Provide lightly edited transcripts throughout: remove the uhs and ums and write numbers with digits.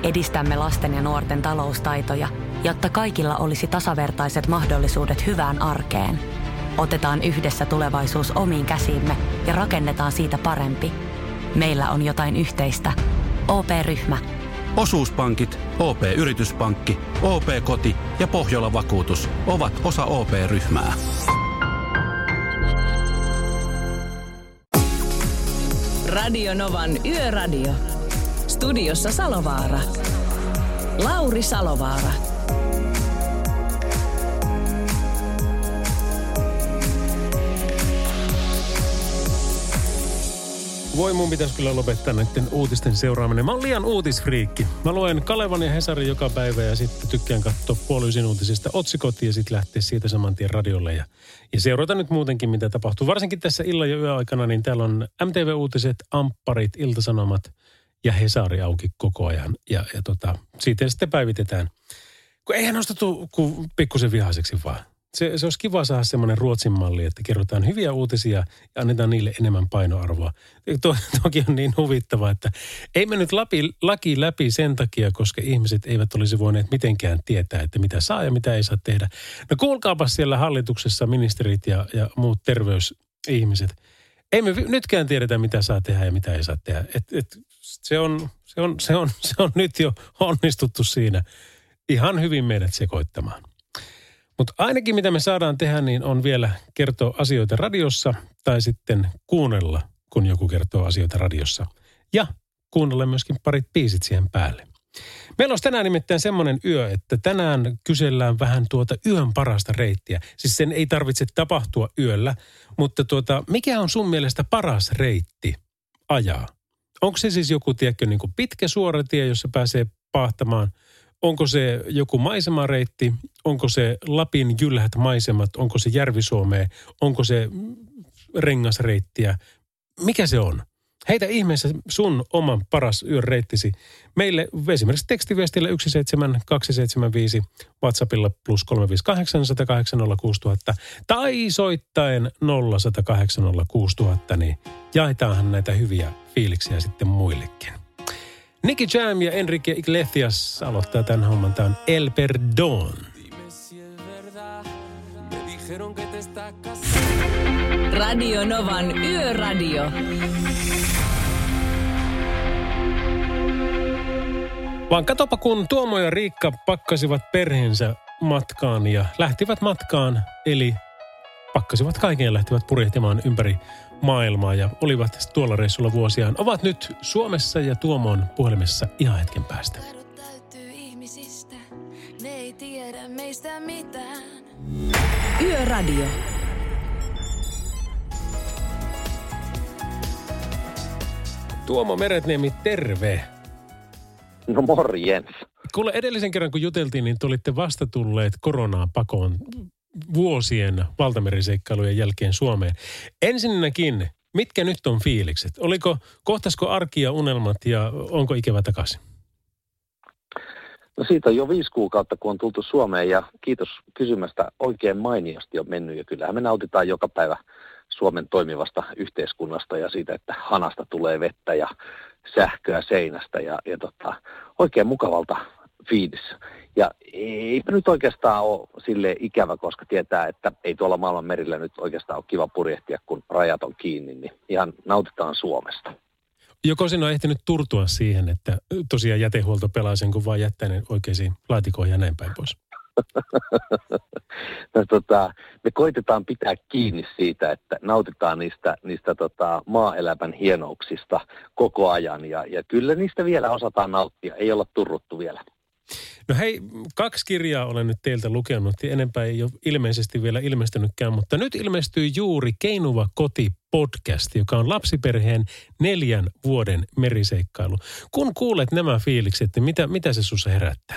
Edistämme lasten ja nuorten taloustaitoja, jotta kaikilla olisi tasavertaiset mahdollisuudet hyvään arkeen. Otetaan yhdessä tulevaisuus omiin käsiimme ja rakennetaan siitä parempi. Meillä on jotain yhteistä. OP-ryhmä. Osuuspankit, OP-yrityspankki, OP-koti ja Pohjola-vakuutus ovat osa OP-ryhmää. Radio Novan Yöradio. Studiossa Salovaara. Lauri Salovaara. Voi, mun pitäisi kyllä lopettaa näiden uutisten seuraaminen. Mä oon liian uutisfriikki. Mä luen Kalevan ja Hesarin joka päivä ja sitten tykkään katsoa puoliysin uutisista otsikot ja sitten lähteä siitä saman tien radiolle. Ja seurata nyt muutenkin, mitä tapahtuu. Varsinkin tässä illan ja yöaikana, niin täällä on MTV-uutiset, Ampparit, Ilta-Sanomat ja Hesari auki koko ajan. Ja siitä sitten päivitetään. Kun eihän nosta kuin pikkusen vihaiseksi vaan. Se olisi kiva saada semmoinen Ruotsin malli, että kerrotaan hyviä uutisia ja annetaan niille enemmän painoarvoa. Toki on niin huvittavaa, että ei mennyt laki läpi sen takia, koska ihmiset eivät olisi voineet mitenkään tietää, että mitä saa ja mitä ei saa tehdä. No kuulkaapas siellä hallituksessa ministerit ja muut terveysihmiset. Ei me nytkään tiedetä, mitä saa tehdä ja mitä ei saa tehdä. Se on nyt jo onnistuttu siinä ihan hyvin meidät sekoittamaan. Mutta ainakin mitä me saadaan tehdä, niin on vielä kertoa asioita radiossa tai sitten kuunnella, kun joku kertoo asioita radiossa. Ja kuunnella myöskin parit biisit siihen päälle. Meillä olisi tänään nimittäin semmoinen yö, että tänään kysellään vähän yön parasta reittiä. Siis sen ei tarvitse tapahtua yöllä, mutta mikä on sun mielestä paras reitti ajaa? Onko se siis joku, tiedätkö, niin kuin pitkä suora tie, jossa pääsee pahtamaan? Onko se joku maisemareitti? Onko se Lapin jylhät maisemat? Onko se Järvi-Suomea? Onko se rengasreittiä? Mikä se on? Heitä ihmeessä sun oman paras yön reittisi. Meille esimerkiksi tekstiviestillä 17275, WhatsAppilla +358 108 06000 tai soittaen 0108 06000, niin jaetaanhan näitä hyviä fiiliksiä sitten muillekin. Nicky Jam ja Enrique Iglesias aloittaa tämän homman. Tämä on El Perdón. Radio Novan Yöradio. Vaan katopa, kun Tuomo ja Riikka pakkasivat perheensä matkaan ja lähtivät matkaan, eli pakkasivat kaiken ja lähtivät purjehtimaan ympäri maailmaa ja olivat tuolla reissulla vuosiaan. Ovat nyt Suomessa ja Tuomo on puhelimessa ihan hetken päästä. Yöradio. Tuomo Meretniemi, terve. No morjens. Kuule, edellisen kerran kun juteltiin, niin te olitte vasta tulleet koronaan pakoon vuosien valtameriseikkailujen jälkeen Suomeen. Ensinnäkin, mitkä nyt on fiilikset? Kohtasko arki ja unelmat ja onko ikävä takaisin? No siitä on jo 5 kuukautta, kun on tultu Suomeen ja kiitos kysymästä, oikein mainiosti on mennyt. Ja kyllähän me nautitaan joka päivä Suomen toimivasta yhteiskunnasta ja siitä, että hanasta tulee vettä ja sähköä seinästä ja oikein mukavalta fiilis. Ja eipä nyt oikeastaan ole silleen ikävä, koska tietää, että ei tuolla maailman merillä nyt oikeastaan ole kiva purjehtia, kun rajat on kiinni, niin ihan nautitaan Suomesta. Joko sinä on ehtinyt turtua siihen, että tosiaan jätehuolto pelaa sen, kun vaan jättää ne oikeisiin laatikoihin ja näin päin pois? No, me koitetaan pitää kiinni siitä, että nautitaan niistä maa-elämän hienouksista koko ajan. Ja kyllä niistä vielä osataan nauttia, ei olla turruttu vielä. No hei, 2 kirjaa olen nyt teiltä lukenut ja enempää ei ole ilmeisesti vielä ilmestynytkään, mutta nyt ilmestyy juuri Keinuva koti podcast, joka on lapsiperheen 4 vuoden meriseikkailu. Kun kuulet nämä fiilikset, niin mitä se sussa herättää?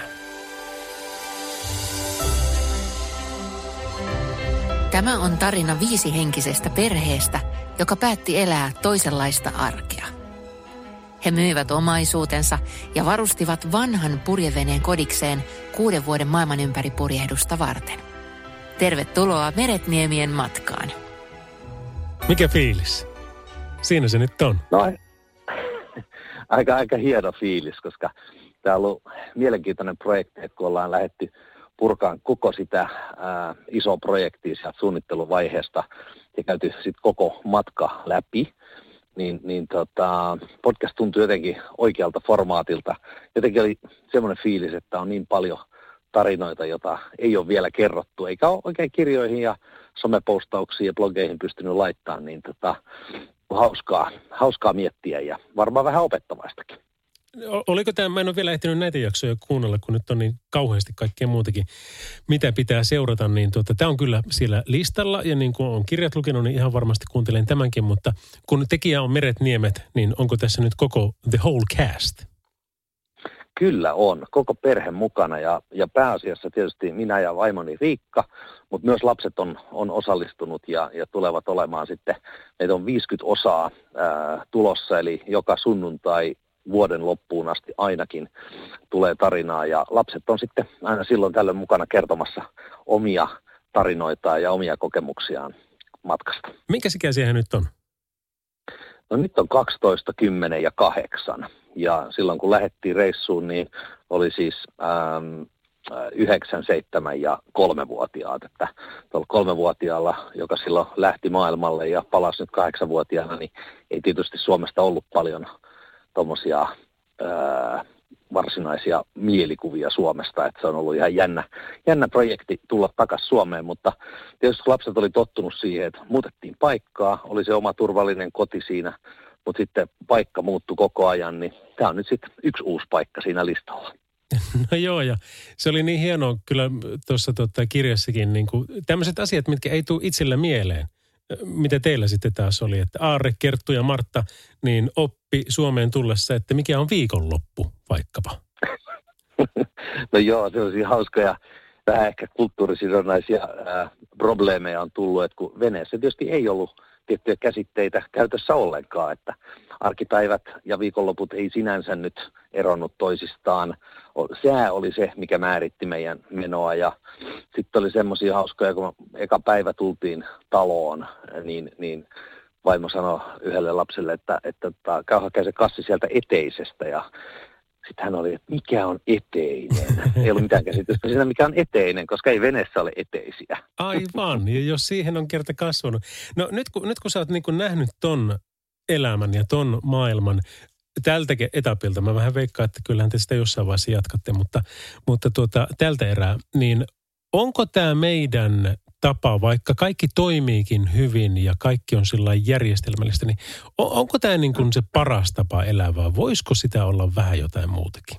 Tämä on tarina 5-henkisestä perheestä, joka päätti elää toisenlaista arkea. He myivät omaisuutensa ja varustivat vanhan purjeveneen kodikseen 6 vuoden maailmanympäripurjehdusta varten. Tervetuloa Meretniemien matkaan. Mikä fiilis? Siinä se nyt on. No, aika hieno fiilis, koska tämä on ollut mielenkiintoinen projekti, että kun ollaan lähdetty purkaan koko sitä isoa projektia sieltä suunnitteluvaiheesta ja käyty sitten koko matka läpi, niin podcast tuntui jotenkin oikealta formaatilta. Jotenkin oli semmoinen fiilis, että on niin paljon tarinoita, jota ei ole vielä kerrottu, eikä ole oikein kirjoihin ja somepostauksiin ja blogeihin pystynyt laittamaan, niin hauskaa miettiä ja varmaan vähän opettavaistakin. Oliko tämä, mä en ole vielä ehtinyt näitä jaksoja kuunnella, kun nyt on niin kauheasti kaikkea muutakin, mitä pitää seurata, niin tämä on kyllä siellä listalla, ja niin kuin on kirjat lukenut, niin ihan varmasti kuuntelen tämänkin, mutta kun tekijä on Meret Niemet, niin onko tässä nyt koko the whole cast? Kyllä on, koko perhe mukana, ja pääasiassa tietysti minä ja vaimoni Riikka, mutta myös lapset on osallistunut ja tulevat olemaan sitten, meitä on 50 osaa tulossa, eli joka sunnuntai vuoden loppuun asti ainakin tulee tarinaa ja lapset on sitten aina silloin tällöin mukana kertomassa omia tarinoitaan ja omia kokemuksiaan matkasta. Minkä ikäisiä he nyt on? No nyt on 12, 10 ja 8 ja silloin kun lähdettiin reissuun niin oli siis 9, 7 ja 3-vuotiaat, että tuolla 3-vuotiaalla, joka silloin lähti maailmalle ja palasi nyt 8-vuotiaana, niin ei tietysti Suomesta ollut paljon tuommoisia varsinaisia mielikuvia Suomesta, että se on ollut ihan jännä projekti tulla takaisin Suomeen, mutta tietysti lapset oli tottunut siihen, että muutettiin paikkaa, oli se oma turvallinen koti siinä, mutta sitten paikka muuttui koko ajan, niin tämä on nyt sitten yksi uusi paikka siinä listalla. No joo, ja se oli niin hienoa kyllä tuossa kirjassakin, niin kuin tämmöiset asiat, mitkä ei tule itsellä mieleen. Mitä teillä sitten taas oli, että Aarre, Kerttu ja Martta niin oppi Suomeen tullessa, että mikä on viikonloppu vaikkapa? No joo, se on hauskoja, vähän ehkä kulttuurisidonnaisia probleemeja on tullut, että kun veneessä tietysti ei ollut tiettyjä käsitteitä käytössä ollenkaan, että arkipäivät ja viikonloput ei sinänsä nyt eronnut toisistaan. Sää oli se, mikä määritti meidän menoa ja sitten oli semmoisia hauskoja, kun eka päivä tultiin taloon, niin vaimo sanoi yhdelle lapselle, että käy hakea se kassi sieltä eteisestä ja sitten hän oli, että mikä on eteinen? Ei ollut mitään käsitystä siinä, mikä on eteinen, koska ei veneessä ole eteisiä. Aivan, ja jos siihen on kerta kasvanut. No nyt kun sä oot niin kuin nähnyt ton elämän ja ton maailman tältä etapilta, mä vähän veikkaan, että kyllähän te sitä jossain vaiheessa jatkatte, mutta tältä erää, niin onko tämä meidän tapa, vaikka kaikki toimiikin hyvin ja kaikki on sillä järjestelmällistä, niin onko tämä niin kuin se paras tapa elää vai voisiko sitä olla vähän jotain muutakin?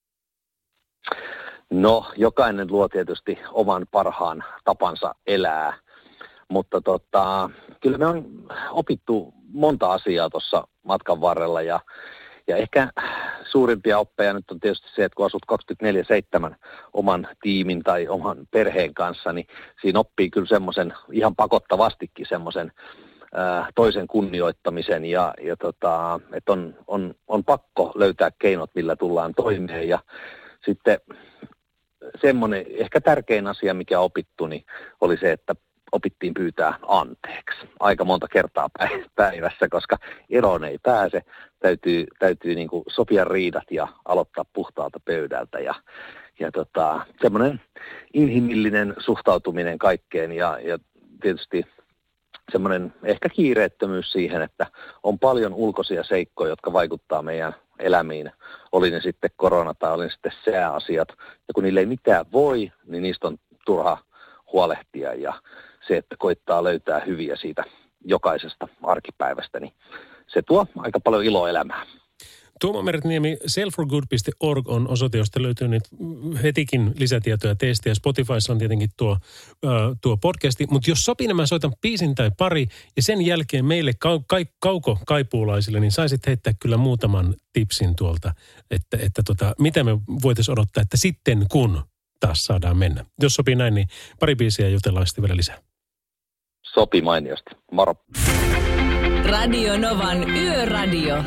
No, jokainen luo tietysti oman parhaan tapansa elää, mutta kyllä me on opittu monta asiaa tuossa matkan varrella ja ehkä suurimpia oppeja nyt on tietysti se, että kun asut 24/7 oman tiimin tai oman perheen kanssa, niin siinä oppii kyllä semmoisen ihan pakottavastikin semmoisen toisen kunnioittamisen ja että on pakko löytää keinot, millä tullaan toimeen ja sitten semmoinen ehkä tärkein asia, mikä opittu, niin oli se, että opittiin pyytää anteeksi aika monta kertaa päivässä, koska eroon ei pääse. Täytyy niin kuin sopia riidat ja aloittaa puhtaalta pöydältä ja semmoinen inhimillinen suhtautuminen kaikkeen ja tietysti semmoinen ehkä kiireettömyys siihen, että on paljon ulkoisia seikkoja, jotka vaikuttaa meidän elämiin. Oli ne sitten korona tai oli ne sitten sääasiat. Ja kun niille ei mitään voi, niin niistä on turha huolehtia ja se, että koittaa löytää hyviä siitä jokaisesta arkipäivästä, niin se tuo aika paljon iloa elämään. Tuomo Meretniemi, selfforgood.org on osoite, josta löytyy nyt hetikin lisätietoja teistä ja Spotifyssa on tietenkin tuo podcasti. Mutta jos sopii, niin mä soitan biisin tai pari ja sen jälkeen meille kaukokaipuulaisille, niin saisit heittää kyllä muutaman tipsin tuolta, että mitä me voitaisiin odottaa, että sitten kun taas saadaan mennä. Jos sopii näin, niin pari biisiä jutellaan sitten vielä lisää. Sopii mainiosti. Moro. Radio Novan Yöradio.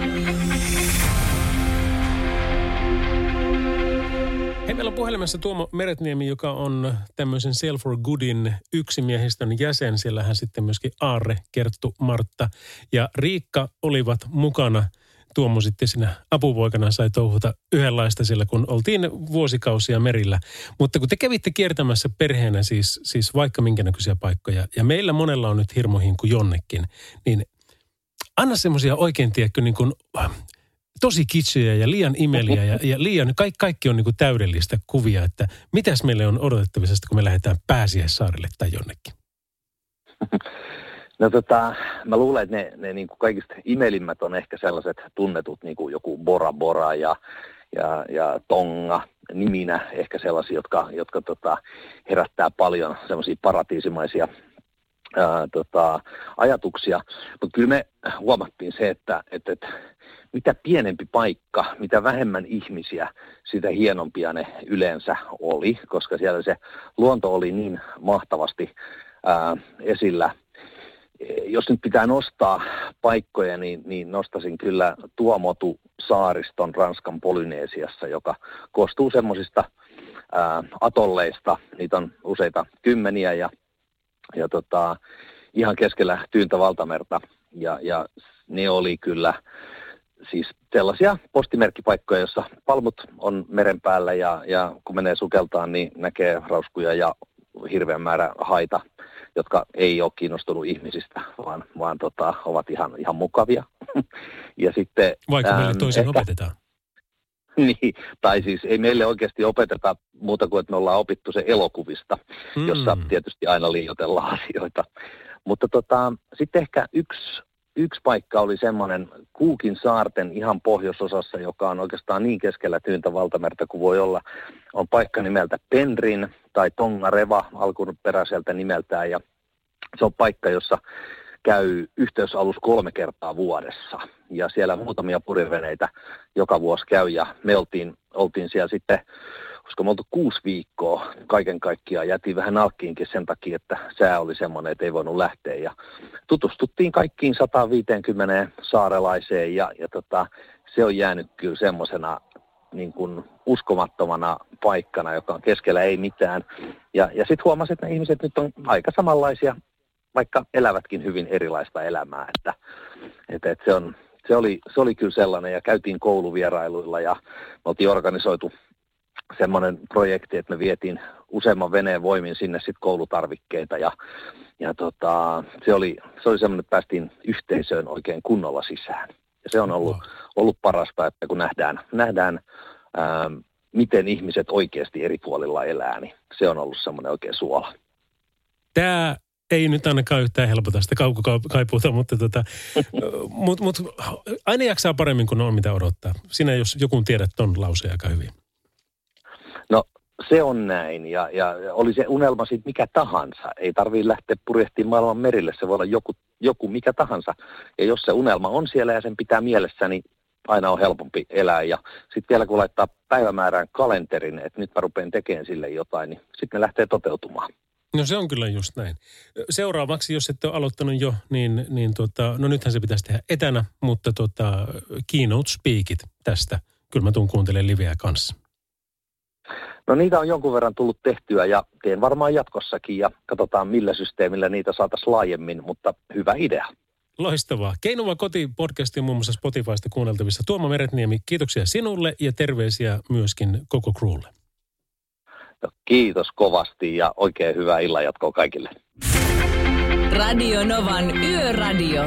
Hei, meillä on puhelimessa Tuomo Meretniemi, joka on tämmöisen Sail for Goodin yksimiehistön jäsen. Siellähän sitten myöskin Aarre, Kerttu, Martta ja Riikka olivat mukana Tuomo sitten siinä apupoikana sai touhuta yhdenlaista siellä, kun oltiin vuosikausia merillä. Mutta kun te kävitte kiertämässä perheenä siis vaikka minkä näköisiä paikkoja, ja meillä monella on nyt hirmuhinku jonnekin, niin anna semmoisia oikein, tiedätkö, niin kuin tosi kitsejä ja liian imeliä ja liian, kaikki on niin kuin täydellistä kuvia, että mitäs meille on odotettavissa, kun me lähdetään Pääsiäissaarelle tai jonnekin? No mä luulen, että ne niin kuin kaikista imelimmät on ehkä sellaiset tunnetut, niin kuin joku Bora Bora ja Tonga niminä, ehkä sellaisia, jotka herättää paljon semmoisia paratiisimaisia ajatuksia. Mutta kyllä me huomattiin se, että mitä pienempi paikka, mitä vähemmän ihmisiä, sitä hienompia ne yleensä oli, koska siellä se luonto oli niin mahtavasti esillä. Jos nyt pitää nostaa paikkoja, niin nostasin kyllä Tuomotu-saariston Ranskan Polyneesiassa, joka koostuu semmoisista atolleista. Niitä on useita kymmeniä ja ihan keskellä Tyyntä valtamerta. Ja ne oli kyllä siis sellaisia postimerkkipaikkoja, jossa palmut on meren päällä ja kun menee sukeltaan, niin näkee rauskuja ja hirveän määrä haita, jotka ei ole kiinnostunut ihmisistä, vaan ovat ihan mukavia. Ja sitten, vaikka meille toisen opetetaan. Niin, tai siis ei meille oikeasti opeteta muuta kuin, että me ollaan opittu se elokuvista, jossa tietysti aina liioitellaan asioita. Mutta sitten ehkä yksi paikka oli semmoinen Cookin saarten ihan pohjoisosassa, joka on oikeastaan niin keskellä Tyyntä valtamerta kuin voi olla. On paikka nimeltä Penryn tai Tongareva alkuperäiseltä nimeltään ja se on paikka, jossa käy yhteysalus 3 kertaa vuodessa ja siellä muutamia purjeveneitä joka vuosi käy ja me oltiin siellä sitten, koska me oltu 6 viikkoa kaiken kaikkiaan, jätiin vähän alkkiinkin sen takia, että sää oli semmoinen, että ei voinut lähteä ja tutustuttiin kaikkiin 150 saarelaiseen ja se on jäänyt kyllä semmoisena niin kuin uskomattomana paikkana, joka on keskellä ei mitään ja sitten huomasin, että ne ihmiset nyt on aika samanlaisia, vaikka elävätkin hyvin erilaista elämää, että se oli kyllä sellainen ja käytiin kouluvierailuilla ja me oltiin organisoitu semmoinen projekti, että me vietiin useamman veneen voimin sinne sitten koulutarvikkeita ja se oli semmoinen, että päästiin yhteisöön oikein kunnolla sisään. Ja se on ollut parasta, että kun nähdään miten ihmiset oikeasti eri puolilla elää, niin se on ollut semmoinen oikein suola. Tämä ei nyt ainakaan yhtään helpota sitä kaukokaipuuta, mutta mut aina jaksaa paremmin kuin on mitä odottaa. Sinä jos joku tiedät ton lauseen aika hyvin. No se on näin ja oli se unelma sitten mikä tahansa. Ei tarvitse lähteä purjehtimaan maailman merille, se voi olla joku mikä tahansa. Ja jos se unelma on siellä ja sen pitää mielessä, niin aina on helpompi elää. Ja sitten vielä kun laittaa päivämäärään kalenterin, että nyt mä rupean tekemään sille jotain, niin sitten ne lähtee toteutumaan. No se on kyllä just näin. Seuraavaksi, jos ette ole aloittanut jo, niin no nythän se pitäisi tehdä etänä, mutta keynote speakit tästä. Kyllä mä tuun kuuntelemaan liveä kanssa. No niitä on jonkun verran tullut tehtyä ja teen varmaan jatkossakin ja katsotaan millä systeemillä niitä saataisiin laajemmin, mutta hyvä idea. Loistavaa. Keinuva koti-podcast on muun muassa Spotifysta kuunneltavissa. Tuomo Meretniemi, kiitoksia sinulle ja terveisiä myöskin koko crewlle. No, kiitos kovasti ja oikein hyvää illanjatkoa kaikille. Radio Novan Yöradio.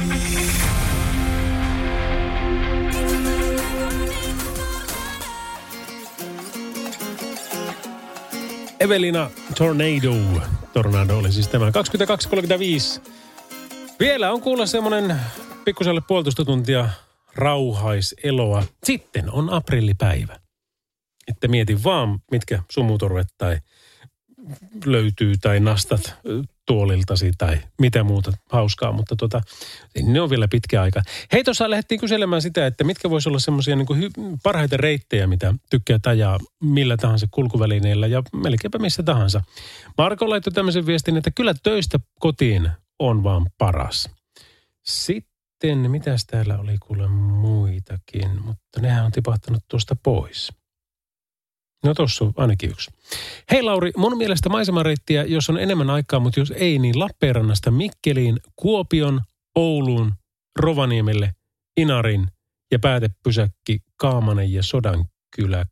Evelina Tornado oli siis tämä 22.35. Vielä on kuulla semmoinen pikkuselle 1,5 tuntia rauhaiseloa. Sitten on aprillipäivä. Että mieti vaan, mitkä sumutorvet tai löytyy tai nastat tuoliltasi tai mitä muuta hauskaa, mutta ne on vielä pitkä aika. Hei, tuossa lähdettiin kyselemään sitä, että mitkä voisi olla semmoisia niin kuin parhaita reittejä, mitä tykkäät ajaa millä tahansa kulkuvälineellä ja melkeinpä missä tahansa. Marko laittoi tämmöisen viestin, että kyllä töistä kotiin on vaan paras. Sitten, mitäs täällä oli kuule muitakin, mutta nehän on tipahtanut tuosta pois. No tossa on ainakin yksi. Hei Lauri, mun mielestä maisemareittiä, jos on enemmän aikaa, mutta jos ei, niin Lappeenrannasta Mikkeliin, Kuopion, Ouluun, Rovaniemelle, Inarin ja päätepysäkki Kaamanen ja Sodankylä.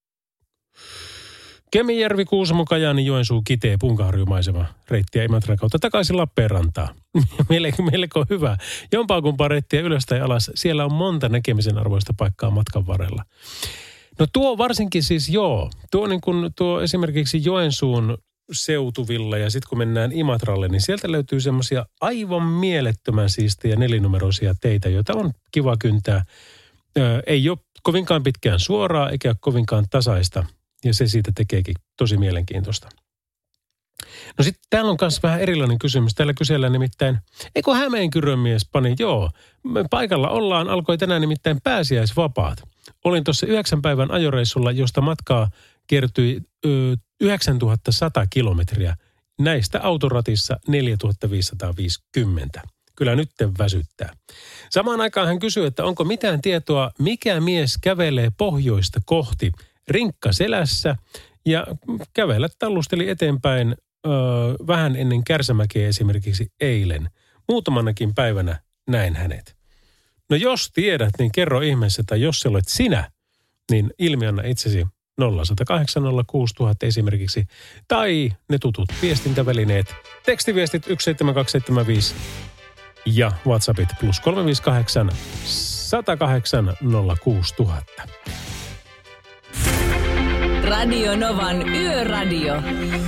Kemijärvi, Kuusamo, Kajaani, Joensuu, Kitee, Punkaharjumaisema reittiä Imatran kautta takaisin Lappeenrantaan. Melko hyvä. Jompaa kumpaa reittiä ylös tai alas. Siellä on monta näkemisen arvoista paikkaa matkan varrella. No tuo varsinkin siis joo. Tuo niin kuin tuo esimerkiksi Joensuun seutuvilla ja sitten kun mennään Imatralle, niin sieltä löytyy semmoisia aivan mielettömän siistejä nelinumeroisia teitä, joita on kiva kyntää. Ei ole kovinkaan pitkään suoraa eikä kovinkaan tasaista. Ja se siitä tekeekin tosi mielenkiintoista. No sitten täällä on myös vähän erilainen kysymys. Täällä kysellään nimittäin, eikö Hämeenkyrön mies pani? Joo, paikalla ollaan, alkoi tänään nimittäin pääsiäisvapaat. Olin tuossa 9 päivän ajoreissulla, josta matkaa kiertyi 9100 kilometriä. Näistä autoratissa 4550. Kyllä nytten väsyttää. Samaan aikaan hän kysyy, että onko mitään tietoa, mikä mies kävelee pohjoista kohti rinkka selässä ja kävellä tallusteli eteenpäin vähän ennen Kärsämäkeä esimerkiksi eilen. Muutamanakin päivänä näin hänet. No jos tiedät, niin kerro ihmeessä, tai jos se olet sinä, niin ilmianna itsesi 0108 06000 esimerkiksi, tai ne tutut viestintävälineet, tekstiviestit 17275 ja WhatsAppit plus 358 108 06000. Radio Novan Yöradio.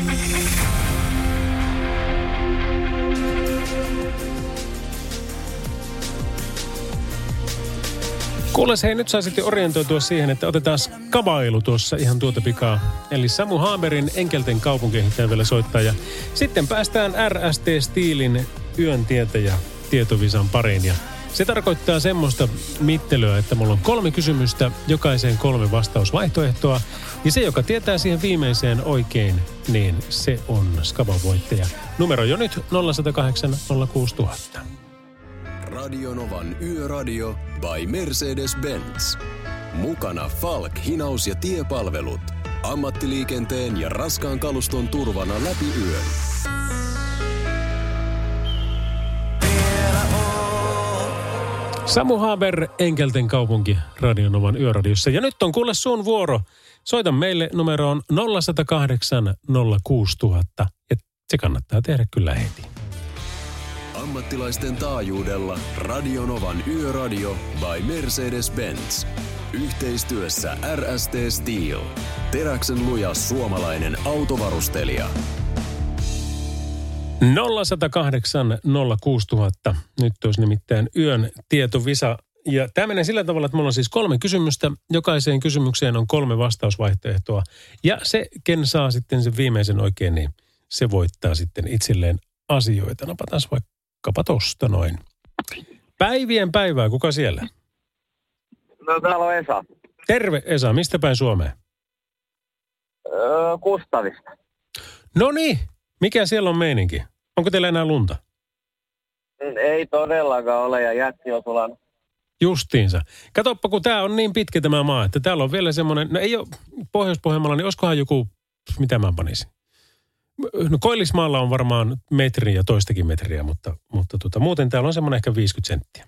Kuules, hei, nyt saa sitten orientoitua siihen, että otetaan skavailu tuossa ihan tuota pikaa. Eli Samu Haberin Enkelten kaupunkiin vielä soittaa. Ja sitten päästään RST Steelin Yön tietäjä tietovisan pariin. Ja se tarkoittaa semmoista mittelöä, että mulla on 3 kysymystä, jokaiseen 3 vastausvaihtoehtoa. Ja se, joka tietää siihen viimeiseen oikein, niin se on skavan voittaja. Numero jo nyt 0108 06000. Radio Novan Yöradio by Mercedes-Benz. Mukana Falk, hinaus- ja tiepalvelut. Ammattiliikenteen ja raskaan kaluston turvana läpi yön. Samu Haber, Enkelten kaupunki, Radio Novan Yöradiossa. Ja nyt on kuule sun vuoro. Soita meille numeroon 0108 06000. Ja se kannattaa tehdä kyllä heti. Ammattilaisten taajuudella Radio Novan Yöradio by Mercedes-Benz. Yhteistyössä RST Steel. Teräksen luja suomalainen autovarustelija. 0108 06000. Nyt olisi nimittäin Yön tietovisa. Ja tämä menee sillä tavalla, että mulla on siis 3 kysymystä. Jokaiseen kysymykseen on 3 vastausvaihtoehtoa. Ja se, ken saa sitten sen viimeisen oikein, niin se voittaa sitten itselleen asioita. Napataan vaikkapa tosta noin. Päivien päivää, kuka siellä? No täällä on Esa. Terve Esa, mistä päin Suomeen? Kustavista. No niin, mikä siellä on meininki? Onko teillä enää lunta? Ei todellakaan ole ja jätti on sulanut. Justiinsa. Katoppa, kun tää on niin pitkä tämä maa, että täällä on vielä semmoinen, no ei ole Pohjois-Pohjanmaalla, niin olisikohan joku, mitä mä panisin? No Koillismaalla on varmaan metri ja toistakin metriä, mutta muuten täällä on semmoinen ehkä 50 senttiä.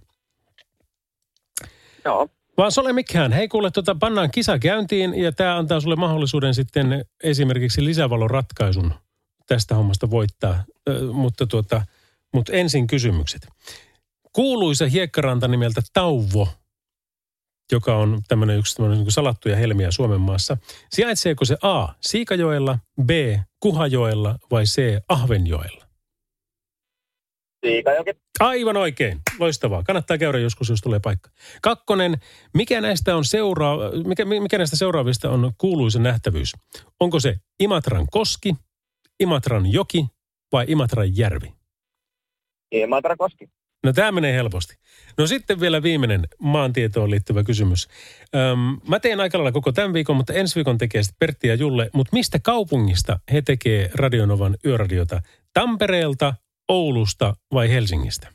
Joo. Vaan se ole mikään. Hei kuule, pannaan kisa käyntiin ja tämä antaa sulle mahdollisuuden sitten esimerkiksi lisävaloratkaisun tästä hommasta voittaa. Mutta ensin kysymykset. Kuuluisa hiekkaranta nimeltä Tauvo, joka on tämmöinen yksi niin salattuja helmiä Suomen maassa. Sijaitseeko se A. Siikajoella, B. Kuhajoella vai C. Ahvenjoella? Siikajoki. Aivan oikein. Loistavaa. Kannattaa käydä joskus, jos tulee paikka. 2. Mikä näistä seuraavista on kuuluisa nähtävyys? Onko se Imatran koski, Imatran joki vai Imatran järvi? Imatra koski. No tämä menee helposti. No sitten vielä viimeinen maantietoon liittyvä kysymys. Mä teen aika lailla koko tämän viikon, mutta ensi viikon tekee sitten Pertti ja Julle. Mutta mistä kaupungista he tekee Radio Novan Yöradiota? Tampereelta, Oulusta vai Helsingistä?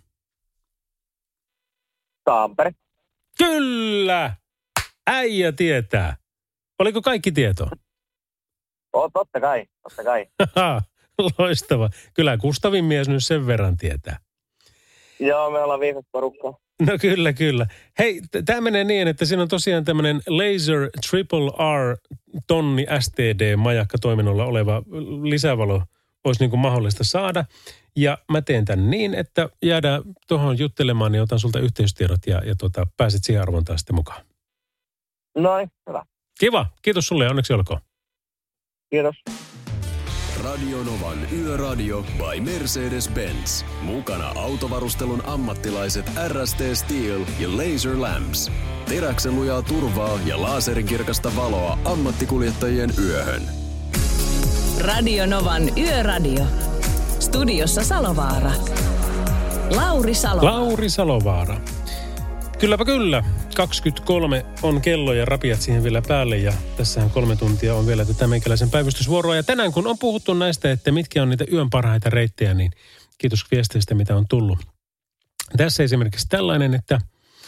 Tampere. Kyllä! Äijä tietää. Oliko kaikki tietoa? Totta kai. Loistava. Kyllä Kustavin mies nyt sen verran tietää. Joo, me ollaan viisas porukkaa. No kyllä. Hei, tämä menee niin, että siinä on tosiaan tämmöinen Laser Triple R tonni STD-majakka toiminnolla oleva lisävalo olisi niin kuin mahdollista saada. Ja mä teen tämän niin, että jäädään tuohon juttelemaan, niin otan sulta yhteystiedot ja pääset siihen arvontaan sitten mukaan. Noin, hyvä. Kiva. Kiitos sulle ja onneksi olkoon. Kiitos. Radio Novan Yöradio by Mercedes-Benz. Mukana autovarustelun ammattilaiset RST Steel ja Laser Lamps. Teräksen lujaa turvaa ja laaserinkirkasta valoa ammattikuljettajien yöhön. Radio Novan Yöradio. Studiossa Salovaara. Lauri Salovaara. Kylläpä kyllä. 23 on kello ja rapiat siihen vielä päälle ja tässähän 3 tuntia on vielä tätä meikäläisen päivystysvuoroa. Ja tänään kun on puhuttu näistä, että mitkä on niitä yön parhaita reittejä, niin kiitos viesteistä, mitä on tullut. Tässä esimerkiksi tällainen, että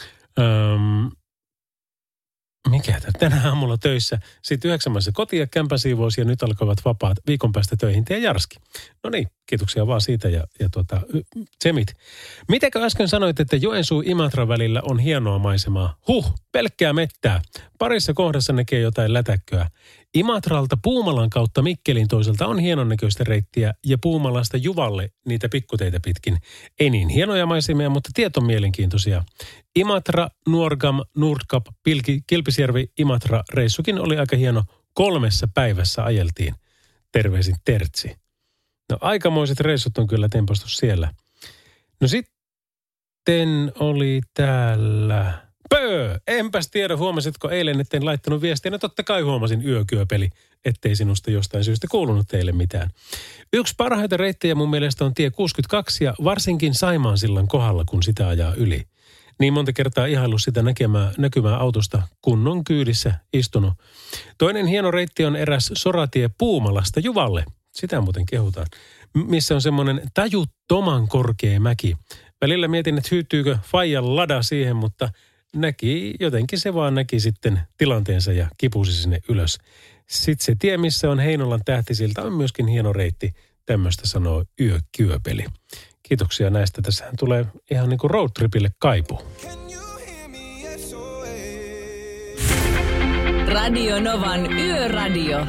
tänään aamulla töissä. Sitten 9 koti- ja kämpäsiivous ja nyt alkavat vapaat viikon päästä töihin ja Jarski. No niin, kiitoksia vaan siitä ja tsemit. Mitäkö äsken sanoit, että Joensuu-Imatra välillä on hienoa maisemaa? Pelkkää mettää. Parissa kohdassa näkee jotain lätäkköä. Imatralta Puumalan kautta Mikkelin toiselta on hienon näköistä reittiä ja Puumalasta Juvalle niitä pikkuteitä pitkin. Ei niin hienoja maisemia, mutta tiet on mielenkiintoisia. Imatra, Nuorgam, Nordkap, Kilpisjärvi, Imatra reissukin oli aika hieno. 3 päivässä ajeltiin. Terveisin Tertsi. No aikamoiset reissut on kyllä tempastu siellä. No sitten oli täällä enpäs tiedä, huomasitko eilen, etten laittanut viestiä. No totta kai huomasin yökyöpeli, ettei sinusta jostain syystä kuulunut teille mitään. Yksi parhaita reittejä mun mielestä on tie 62 ja varsinkin Saimaansillan kohdalla, kun sitä ajaa yli. Niin monta kertaa ihaillut sitä näkymää autosta, kun on kyydissä istunut. Toinen hieno reitti on eräs soratie Puumalasta Juvalle. Sitä muuten kehutaan. Missä on semmoinen tajuttoman korkea mäki. Välillä mietin, että hyytyykö faijan lada siihen, mutta jotenkin se vaan näki sitten tilanteensa ja kipusi sinne ylös. Sitten se tie, missä on Heinolan Tähtisilta, on myöskin hieno reitti. Tämmöistä sanoo yökyöpeli. Kiitoksia näistä. Tässähän tulee ihan niin kuin roadtripille kaipu. Radio Novan Yöradio.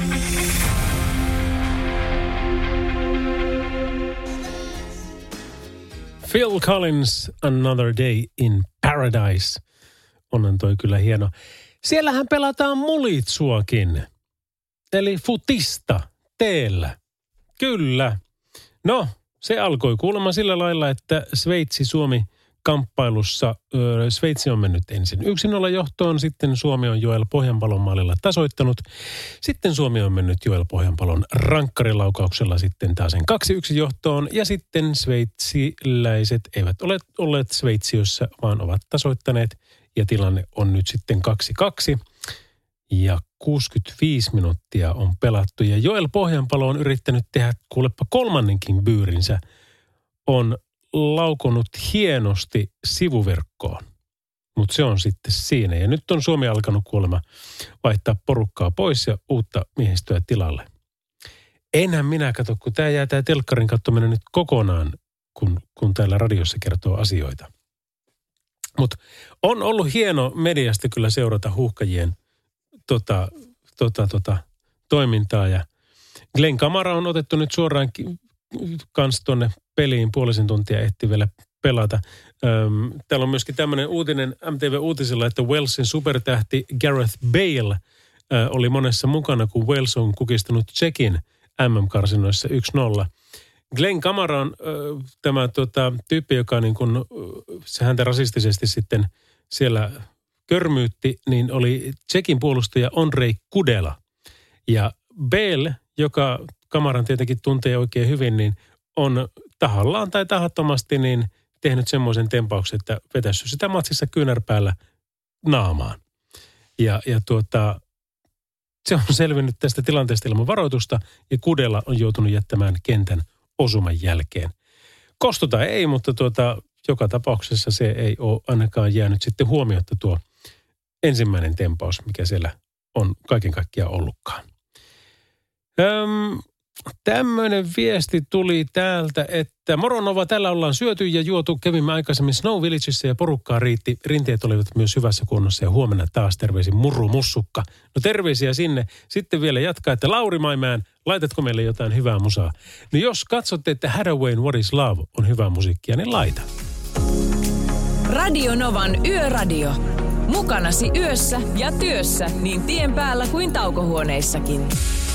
Phil Collins, Another Day in Paradise. Onhan toi kyllä hieno. Siellähän pelataan mulitsuakin. Eli futista teellä. Kyllä. No, se alkoi kuulemma sillä lailla, että Sveitsi-Suomi kamppailussa Sveitsi on mennyt ensin 1-0 johtoon, sitten Suomi on Joel Pohjanpalon maalilla tasoittanut. Sitten Suomi on mennyt Joel Pohjanpalon rankkarilaukauksella sitten taas 2-1 johtoon. Ja sitten sveitsiläiset eivät ole olleet Sveitsiössä, vaan ovat tasoittaneet. Ja tilanne on nyt sitten 2-2. Ja 65 minuuttia on pelattu. Ja Joel Pohjanpalo on yrittänyt tehdä kuulepa 3. byyrinsä. On laukonut hienosti sivuverkkoon. Mutta se on sitten siinä. Ja nyt on Suomi alkanut kuulemma vaihtaa porukkaa pois ja uutta miehistöä tilalle. Enhän minä katso, kun tämä jää tämä telkkarin katsominen nyt kokonaan, kun täällä radiossa kertoo asioita. Mutta on ollut hieno mediasta kyllä seurata huuhkajien toimintaa. Ja Glenn Kamara on otettu nyt suoraan kanssa tuonne peliin, puolisen tuntia ehti vielä pelata. Täällä on myöskin tämmöinen uutinen MTV-uutisilla, että Walesin supertähti Gareth Bale oli monessa mukana, kun Wales on kukistanut Tšekin MM-karsinoissa 1-0. Glenn Kamara on tämä tyyppi, joka niin kuin, se häntä rasistisesti sitten siellä körmyytti, niin oli Tšekin puolustaja Ondrej Kudela. Ja Bale, joka Kamaran tietenkin tuntee oikein hyvin, niin on tahallaan tai tahattomasti niin tehnyt semmoisen tempauksen, että vetässyt sitä matsissa kyynärpäällä naamaan. Ja se on selvinnyt tästä tilanteesta ilman varoitusta ja Kudela on joutunut jättämään kentän osuman jälkeen. Kostuta ei, mutta joka tapauksessa se ei ole ainakaan jäänyt sitten huomiotta tuo ensimmäinen tempaus, mikä siellä on kaiken kaikkiaan ollutkaan. Tämmöinen viesti tuli täältä, että moro Nova, täällä ollaan syöty ja juotu. Kävimme aikaisemmin Snow Villageissa ja porukkaa riitti. Rinteet olivat myös hyvässä kunnossa ja huomenna taas terveisin Murru Mussukka. No terveisiä sinne. Sitten vielä jatkaa, että Lauri Maimäen, laitatko meille jotain hyvää musaa? No jos katsotte, että Hathaway What is Love on hyvää musiikkia, niin laita. Radio Novan Yöradio. Mukanasi yössä ja työssä niin tien päällä kuin taukohuoneissakin.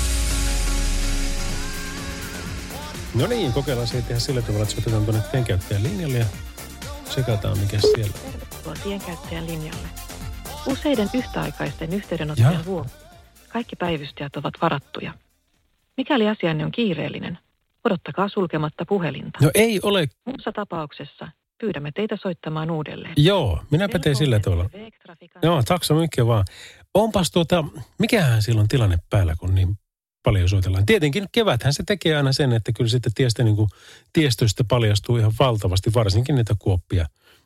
No niin, kokeillaan se tehdä sillä tavalla, että soitetaan tuonne tienkäyttäjän linjalle ja tsekataan mikä siellä. Tervetuloa tienkäyttäjän linjalle. Useiden yhtäaikaisten yhteydenottojen vuoksi kaikki päivystäjät ovat varattuja. Mikäli asianne on kiireellinen, odottakaa sulkematta puhelinta. No ei ole. Muussa tapauksessa pyydämme teitä soittamaan uudelleen. Joo, minäpä teen sillä tavalla. Joo, taksa mycket vaan. Onpas mikähän silloin tilanne päällä, kun niin paljon soitellaan. Tietenkin keväthän se tekee aina sen, että kyllä sitten tiestöstä paljastuu ihan valtavasti, varsinkin niitä kuoppia.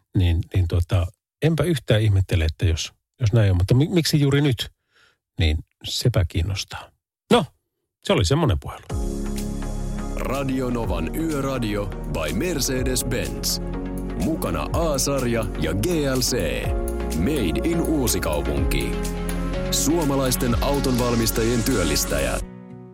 Enpä yhtään ihmettele, että jos näin on. Mutta miksi juuri nyt? Niin sepä kiinnostaa. No, se oli semmoinen puhelu. Radio Novan Yöradio by Mercedes-Benz. Mukana A-sarja ja GLC. Made in Uusikaupunki. Suomalaisten autonvalmistajien työllistäjät.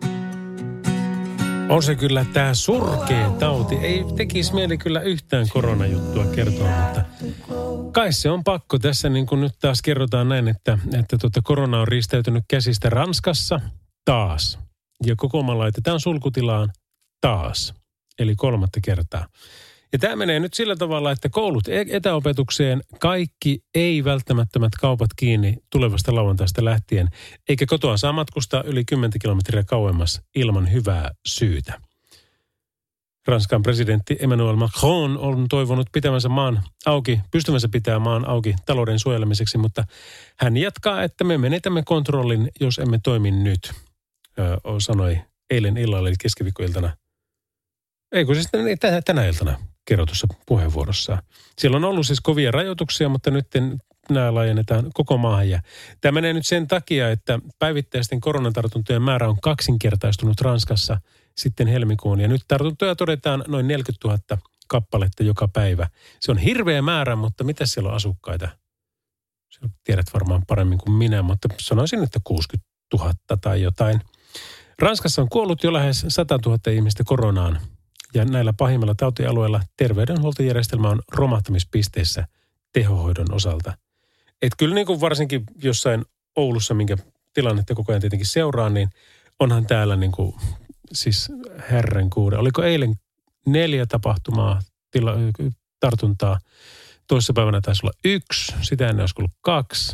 On se kyllä tämä surkea tauti. Ei tekisi mieli kyllä yhtään koronajuttua kertoa, mutta kai se on pakko. Tässä niin kuin nyt taas kerrotaan näin, että korona on ristäytynyt käsistä Ranskassa taas. Ja koko maa laitetaan sulkutilaan taas. Eli 3. kertaa. Ja tämä menee nyt sillä tavalla, että koulut etäopetukseen, kaikki ei-välttämättömät kaupat kiinni tulevasta lauantaista lähtien, eikä kotoa saa matkustaa yli 10 kilometriä kauemmas ilman hyvää syytä. Ranskan presidentti Emmanuel Macron on toivonut pystymänsä pitää maan auki talouden suojelemiseksi, mutta hän jatkaa, että me menetämme kontrollin, jos emme toimi nyt, sanoi eilen illalla eli keskiviikkoiltana. Eikö siis tänä iltana kerrotussa puheenvuorossaan. Siellä on ollut siis kovia rajoituksia, mutta nyt nämä laajennetaan koko maahan. Ja tämä menee nyt sen takia, että päivittäisten koronatartuntojen määrä on kaksinkertaistunut Ranskassa sitten helmikuun. Ja nyt tartuntoja todetaan noin 40 000 kappaletta joka päivä. Se on hirveä määrä, mutta mitä siellä on asukkaita? Tiedät varmaan paremmin kuin minä, mutta sanoisin, että 60 000 tai jotain. Ranskassa on kuollut jo lähes 100 000 ihmistä koronaan. Ja näillä pahimmilla tautialueilla terveydenhuoltojärjestelmä on romahtamispisteessä tehohoidon osalta. Et kyllä niin kuin varsinkin jossain Oulussa, minkä tilannetta koko ajan tietenkin seuraa, niin onhan täällä niin kuin siis herrenkuuden. Oliko eilen 4 tapahtumaa, tartuntaa. Toissapäivänä taisi olla 1, sitä ennen olisi ollut 2.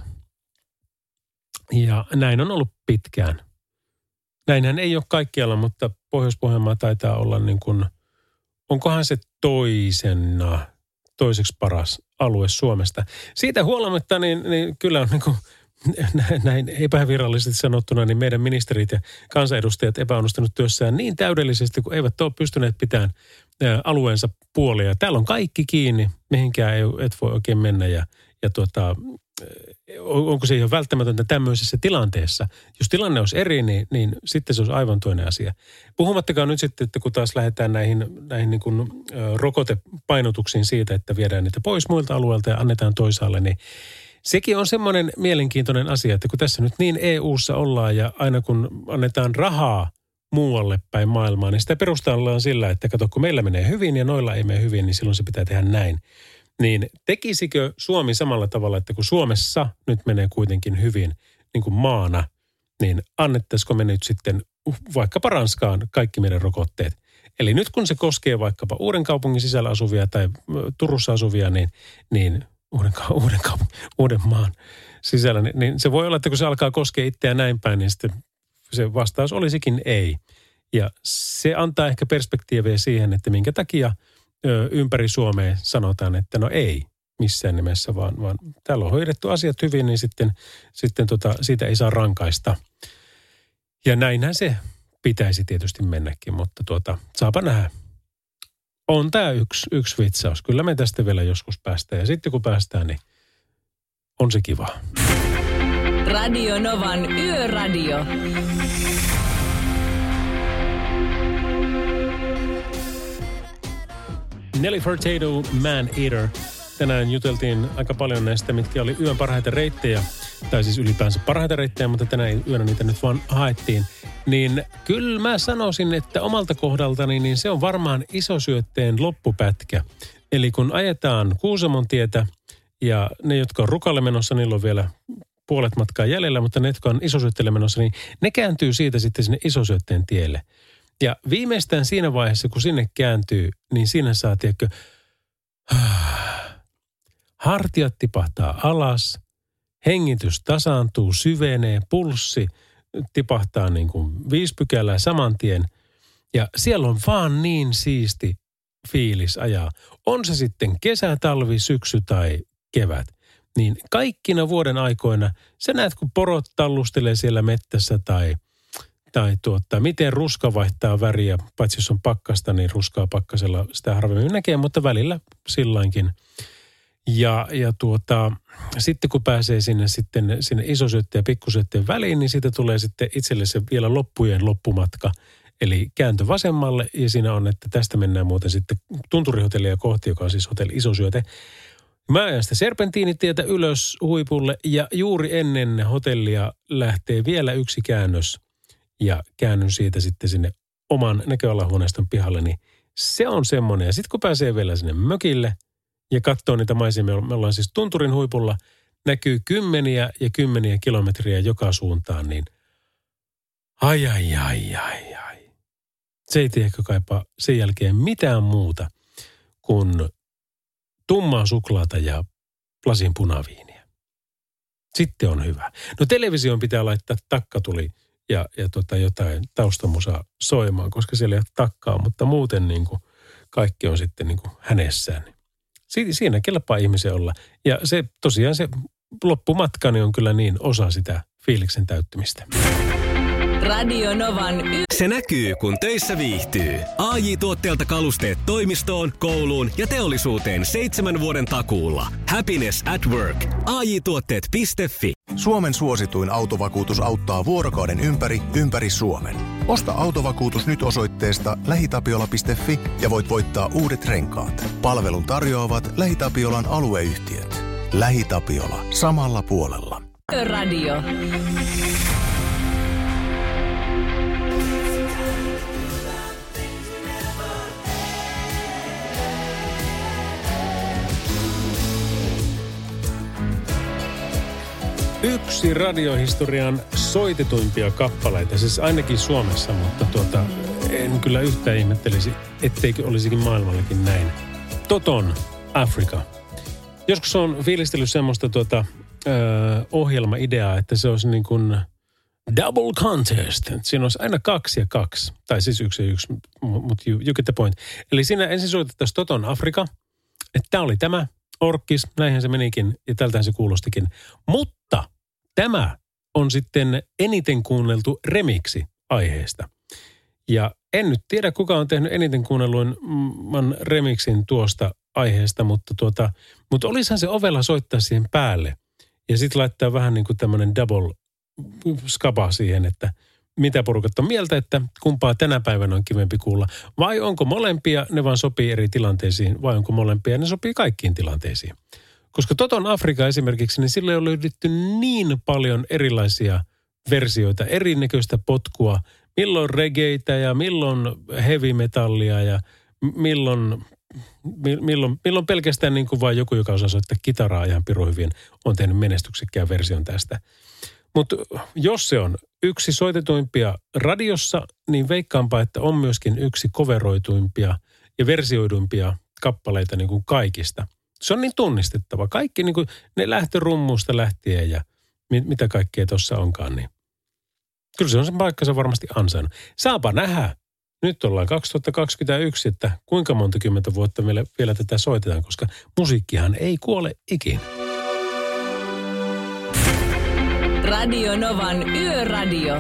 Ja näin on ollut pitkään. Näinhän ei ole kaikkialla, mutta Pohjois-Pohjanmaa taitaa olla niin kuin, onkohan se toiseksi paras alue Suomesta. Siitä huolimatta, niin kyllä on niin kuin, näin epävirallisesti sanottuna, niin meidän ministerit ja kansanedustajat epäonnistunut työssään niin täydellisesti, kun eivät ole pystyneet pitämään alueensa puolia. Täällä on kaikki kiinni, mihinkään et voi oikein mennä ja onko se ihan välttämätöntä tämmöisessä tilanteessa. Jos tilanne olisi eri, niin sitten se olisi aivan toinen asia. Puhumattakaan nyt sitten, että kun taas lähdetään näihin niin kuin rokotepainotuksiin siitä, että viedään niitä pois muilta alueilta ja annetaan toisaalle, niin sekin on semmoinen mielenkiintoinen asia, että kun tässä nyt niin EU:ssa ollaan ja aina kun annetaan rahaa muualle päin maailmaa, niin sitä perustellaan sillä, että kato, kun meillä menee hyvin ja noilla ei mene hyvin, niin silloin se pitää tehdä näin. Niin tekisikö Suomi samalla tavalla, että kun Suomessa nyt menee kuitenkin hyvin niin kuin maana, niin annettaisiko me nyt sitten vaikkapa Ranskaan kaikki meidän rokotteet? Eli nyt kun se koskee vaikkapa Uudenkaupungin sisällä asuvia tai Turussa asuvia, niin Uudenmaan sisällä, niin se voi olla, että kun se alkaa koskea itseään näin päin, niin sitten se vastaus olisikin ei. Ja se antaa ehkä perspektiiviä siihen, että minkä takia ympäri Suomea sanotaan, että no ei missään nimessä, vaan täällä on hoidettu asiat hyvin, niin sitten siitä ei saa rankaista. Ja näinhän se pitäisi tietysti mennäkin, mutta saapa nähdä. On tämä yksi vitsaus. Kyllä me tästä vielä joskus päästään. Ja sitten kun päästään, niin on se kiva. Radio Novan Yöradio. Nelly Furtado, Man Eater. Tänään juteltiin aika paljon näistä, mitkä oli yön parhaita reittejä, tai siis ylipäänsä parhaita reittejä, mutta tänä yönä niitä nyt vaan haettiin. Niin kyllä mä sanoisin, että omalta kohdaltani, niin se on varmaan Isosyötteen loppupätkä. Eli kun ajetaan Kuusamon tietä, ja ne, jotka on Rukalle menossa, niillä on vielä puolet matkaa jäljellä, mutta ne, jotka on Isosyötteelle menossa, niin ne kääntyy siitä sitten sinne Isosyötteen tielle. Ja viimeistään siinä vaiheessa, kun sinne kääntyy, niin siinä saa, tiedätkö, hartiat tipahtaa alas, hengitys tasaantuu, syvenee, pulssi tipahtaa niin kuin 5 pykälää saman tien. Ja siellä on vaan niin siisti fiilis ajaa. On se sitten kesä, talvi, syksy tai kevät. Niin kaikkina vuoden aikoina sä näet, kun porot tallustelee siellä mettässä tai miten ruska vaihtaa väriä. Paitsi jos on pakkasta, niin ruskaa pakkasella sitä harvemmin näkee, mutta välillä sillainkin. Ja sitten kun pääsee sinne Isosyötteen ja Pikkusyötteen väliin, niin siitä tulee sitten itselle se vielä loppumatka. Eli kääntö vasemmalle ja siinä on, että tästä mennään muuten sitten Tunturihotellia kohti, joka on siis hotelli Isosyöte. Mä ajan sitä serpentiinitietä ylös huipulle ja juuri ennen hotellia lähtee vielä yksi käännös ja käännyn siitä sitten sinne oman näköalahuoneiston pihalle, niin se on semmoinen. Ja sitten kun pääsee vielä sinne mökille ja katsoo niitä maisemia, me ollaan siis Tunturin huipulla, näkyy kymmeniä ja kymmeniä kilometriä joka suuntaan, niin ai. Se ei tiedäkö kaipaa sen jälkeen mitään muuta kuin tummaa suklaata ja lasin punaviiniä. Sitten on hyvä. No televisioon pitää laittaa takkatuli ja jotain taustamusaa soimaan, koska siellä ei ole takkaa, mutta muuten niin kuin kaikki on sitten niin kuin hänessään. Siinä kelpaa ihmisen olla. Ja se tosiaan se loppumatkani on kyllä niin osa sitä fiiliksen täyttymistä. Radio Novan Se näkyy, kun töissä viihtyy. AJ-tuotteelta kalusteet toimistoon, kouluun ja teollisuuteen 7 vuoden takuulla. Happiness at work. AJ-tuotteet.fi. Suomen suosituin autovakuutus auttaa vuorokauden ympäri Suomen. Osta autovakuutus nyt osoitteesta lähitapiola.fi ja voit voittaa uudet renkaat. Palvelun tarjoavat LähiTapiolan alueyhtiöt. LähiTapiola. Samalla puolella. Radio. Yksi radiohistorian soitetuimpia kappaleita, siis ainakin Suomessa, mutta en kyllä yhtään ihmettelisi, etteikö olisikin maailmallakin näin. Toton Africa. Joskus on fiilistellyt semmoista ohjelmaideaa, että se olisi niin kuin double contest. Siinä olisi aina 2 ja 2, tai siis 1 ja 1, mutta you get the point. Eli siinä ensin soitettaisiin Toton Africa, että tämä oli tämä, orkkis, näinhän se menikin ja tältähän se kuulostikin. Mutta tämä on sitten eniten kuunneltu remiksi aiheesta. Ja en nyt tiedä, kuka on tehnyt eniten kuunnelluimman remiksin tuosta aiheesta, mutta olisihan se ovella soittaa siihen päälle. Ja sitten laittaa vähän niin kuin tämmöinen double skaba siihen, että mitä porukat on mieltä, että kumpaa tänä päivänä on kivempi kuulla. Vai onko molempia, ne vaan sopii eri tilanteisiin, vai onko molempia, ne sopii kaikkiin tilanteisiin. Koska Toton Afrika esimerkiksi, niin sille on löydetty niin paljon erilaisia versioita, erinäköistä potkua, milloin reggaeitä ja milloin heavy metallia ja milloin pelkästään niin kuin vain joku, joka osaa soittaa kitaraa ihan pirun hyvin, on tehnyt menestyksekkään version tästä. Mutta jos se on yksi soitetuimpia radiossa, niin veikkaanpa, että on myöskin yksi coveroituimpia ja versioiduimpia kappaleita niin kuin kaikista. Se on niin tunnistettava. Kaikki niin kuin ne lähtörummusta lähtien ja mitä kaikkea tuossa onkaan, niin kyllä se on sen paikkansa varmasti ansainnut. Saapa nähdä. Nyt ollaan 2021, että kuinka monta kymmentä vuotta meillä vielä tätä soitetaan, koska musiikkihan ei kuole ikinä. Radio Novan Yöradio.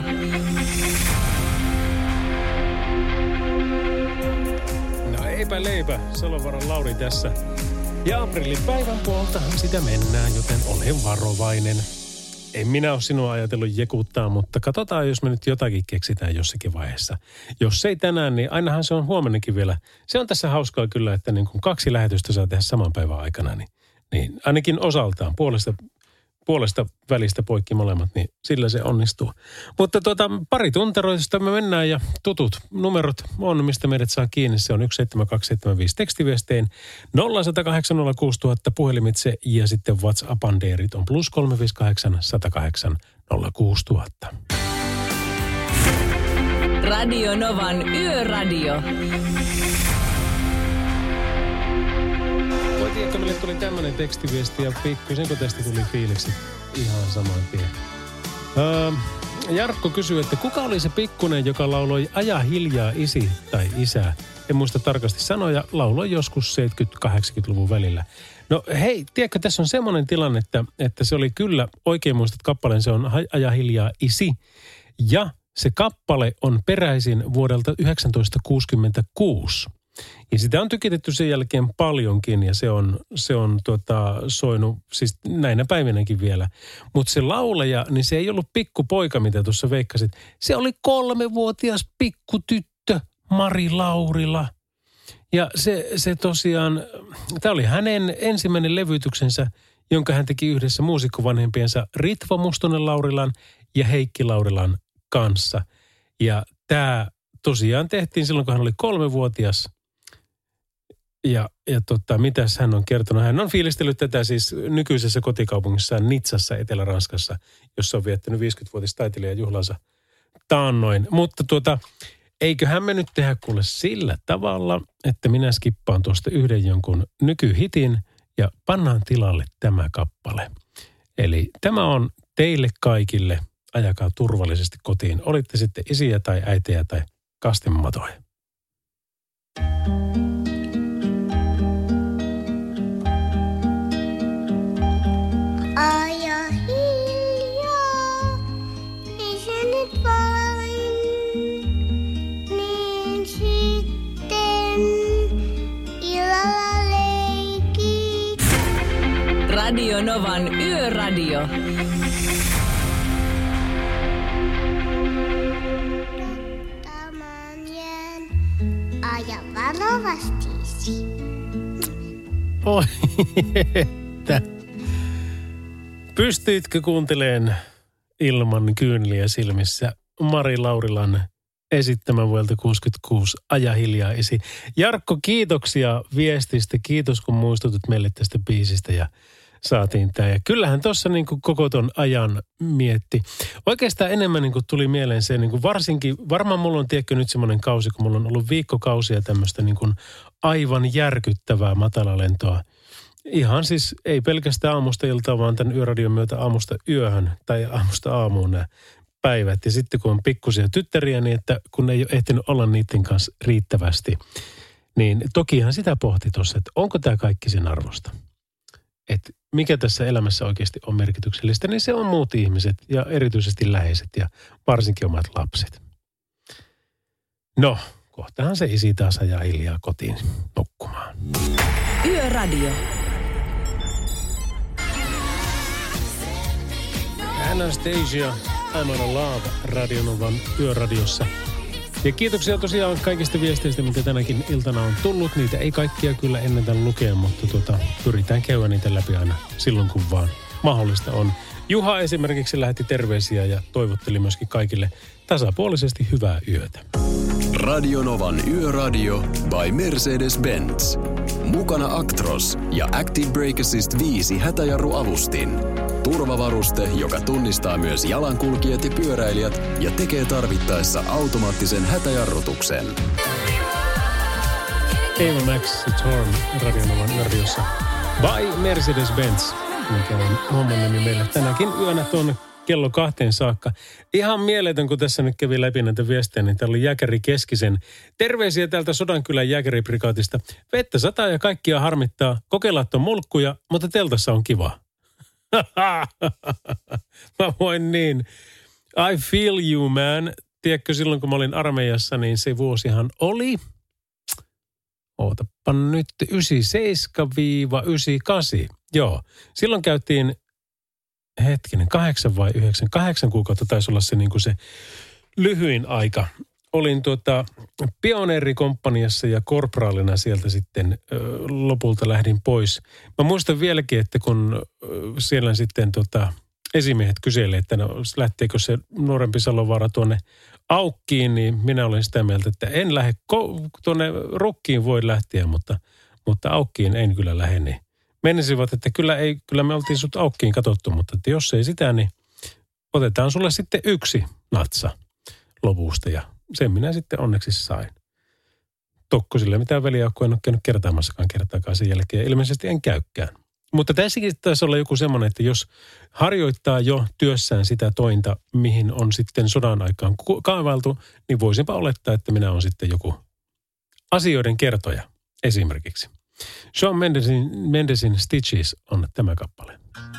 No eipä leipä, Salovaran Lauri tässä. Ja aprilin päivän puoltahan sitä mennään, joten ole varovainen. En minä ole sinua ajatellut jekuttaa, mutta katsotaan, jos me nyt jotakin keksitään jossakin vaiheessa. Jos ei tänään, niin ainahan se on huomennakin vielä. Se on tässä hauskaa kyllä, että niin kun 2 lähetystä saa tehdä saman päivän aikana, niin ainakin osaltaan puolesta välistä poikki molemmat, niin sillä se onnistuu. Mutta pari tunteroista me mennään ja tutut numerot on, mistä meidät saa kiinni. Se on 17275 tekstiviestein 0108 06000 puhelimitse ja sitten WhatsApp-anderit on +358 108 06000. Radio Novan Yöradio. Tiedätkö, meille tuli tämmöinen tekstiviesti ja pikkuisen, kun tästä tuli fiiliksi ihan saman tien. Jarkko kysyy, että kuka oli se pikkunen, joka lauloi Aja hiljaa isi tai isä? En muista tarkasti sanoja, lauloi joskus 70-80-luvun välillä. No hei, tiedätkö, tässä on semmoinen tilanne, että se oli kyllä, oikein muistat kappaleen, se on Aja hiljaa isi. Ja se kappale on peräisin vuodelta 1966. Ja sitä on tykitetty sen jälkeen paljonkin ja se on soinut siis näinä päivinäkin vielä. Mutta se laulaja, niin se ei ollut pikkupoika, mitä tuossa veikkasit. Se oli 3-vuotias pikkutyttö Mari Laurila. Ja se tosiaan, tämä oli hänen ensimmäinen levytyksensä, jonka hän teki yhdessä muusikkovanhempiensa Ritva Mustonen Laurilan ja Heikki Laurilan kanssa. Ja tämä tosiaan tehtiin silloin, kun hän oli 3-vuotias. Ja mitäs hän on kertonut? Hän on fiilistellyt tätä siis nykyisessä kotikaupungissaan Nitsassa Etelä-Ranskassa, jossa on viettänyt 50-vuotis taiteilijajuhlansa taannoin. Mutta eiköhän me nyt tehdä kuule sillä tavalla, että minä skippaan tuosta yhden jonkun nykyhitin ja pannaan tilalle tämä kappale. Eli tämä on teille kaikille. Ajakaa turvallisesti kotiin. Olitte sitten isiä tai äitejä tai kastematoja. Aja hiljaa, isä nyt vain, niin sitten illalla leikit. Radio Novan Yöradio. Aja varovasti. Oi, että. Pystyitkö kuuntelemaan ilman kyyneliä silmissä Mari Laurilan esittämän vuodelta 66 Aja hiljaa isi? Jarkko, kiitoksia viestistä. Kiitos, kun muistutut meille tästä biisistä ja saatiin tämä. Ja kyllähän tuossa niin kuin koko ton ajan mietti. Oikeastaan enemmän niin kuin tuli mieleen se, niin kuin varmaan mulla on tiedätkö nyt semmoinen kausi, kun mulla on ollut viikkokausia tämmöistä niin kuin aivan järkyttävää matalalentoa. Ihan siis ei pelkästään aamusta iltaan, vaan tämän yöradion myötä aamusta yöhön tai aamusta aamuun nämä päivät. Ja sitten kun on pikkuisia tyttäriä, niin että kun ei ole ehtinyt olla niiden kanssa riittävästi, niin tokihan sitä pohti tuossa, että onko tämä kaikki sen arvosta. Että mikä tässä elämässä oikeasti on merkityksellistä, niin se on muut ihmiset ja erityisesti läheiset ja varsinkin omat lapset. No, kohtahan se isi taas ajaa hiljaa kotiin nukkumaan. Yöradio. Anastasia, I'm on a Love, Radio Novan Yöradiossa. Ja kiitoksia tosiaan kaikista viesteistä, mitä tänäkin iltana on tullut. Niitä ei kaikkia kyllä ennätä lukea, mutta pyritään käydä niitä läpi aina silloin, kun vaan mahdollista on. Juha esimerkiksi lähetti terveisiä ja toivotteli myöskin kaikille tasapuolisesti hyvää yötä. Radio Novan Yöradio by Mercedes-Benz. Mukana Actros ja Active Brake Assist 5 hätäjarruavustin. Turvavaruste, joka tunnistaa myös jalankulkijat ja pyöräilijät ja tekee tarvittaessa automaattisen hätäjarrutuksen. Ava Max Torn Radio Novan Yöradiossa by Mercedes-Benz, mikä on homman nimi meille tänäkin yönä tuonne kello 2 saakka. Ihan mieletön, kun tässä nyt kävi läpi näitä viestejä, niin täällä oli Jäkäri Keskisen. Terveisiä täältä Sodankylän Jäkäriprikaatista. Vettä sataa ja kaikkia harmittaa. Kokeilla on mulkkuja, mutta teltassa on kiva. Mä voin niin. I feel you, man. Tiedätkö, silloin kun mä olin armeijassa, niin se vuosihan oli, ootapa nyt, 97-98. Joo, silloin käytiin hetkinen, 8 vai 9, 8 kuukautta taisi olla se, niin kuin se lyhyin aika. Olin pioneerikomppaniassa ja korpraalina sieltä sitten lopulta lähdin pois. Mä muistan vieläkin, että kun siellä sitten esimiehet kyselee, että no, lähteekö se nuorempi Salovaara tuonne Aukkiin, niin minä olen sitä mieltä, että en lähde tuonne Rukkiin voi lähteä, mutta Aukkiin en kyllä lähde. Niin menisivat, että kyllä me oltiin sut Aukkiin katsottu, mutta että jos ei sitä, niin otetaan sulle sitten 1 natsa lopusta ja sen minä sitten onneksi sain. Tokkosille mitään veliaukkoa en ole käynyt kertaamassakaan kertaakaan sen jälkeen. Ilmeisesti en käykään. Mutta tässäkin taisi olla joku semmoinen, että jos harjoittaa jo työssään sitä tointa, mihin on sitten sodan aikaan kaavailtu, niin voisinpa olettaa, että minä olen sitten joku asioiden kertoja esimerkiksi. Shawn Mendesin Stitches on tämä kappale.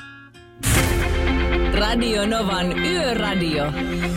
Radio Novan Yöradio.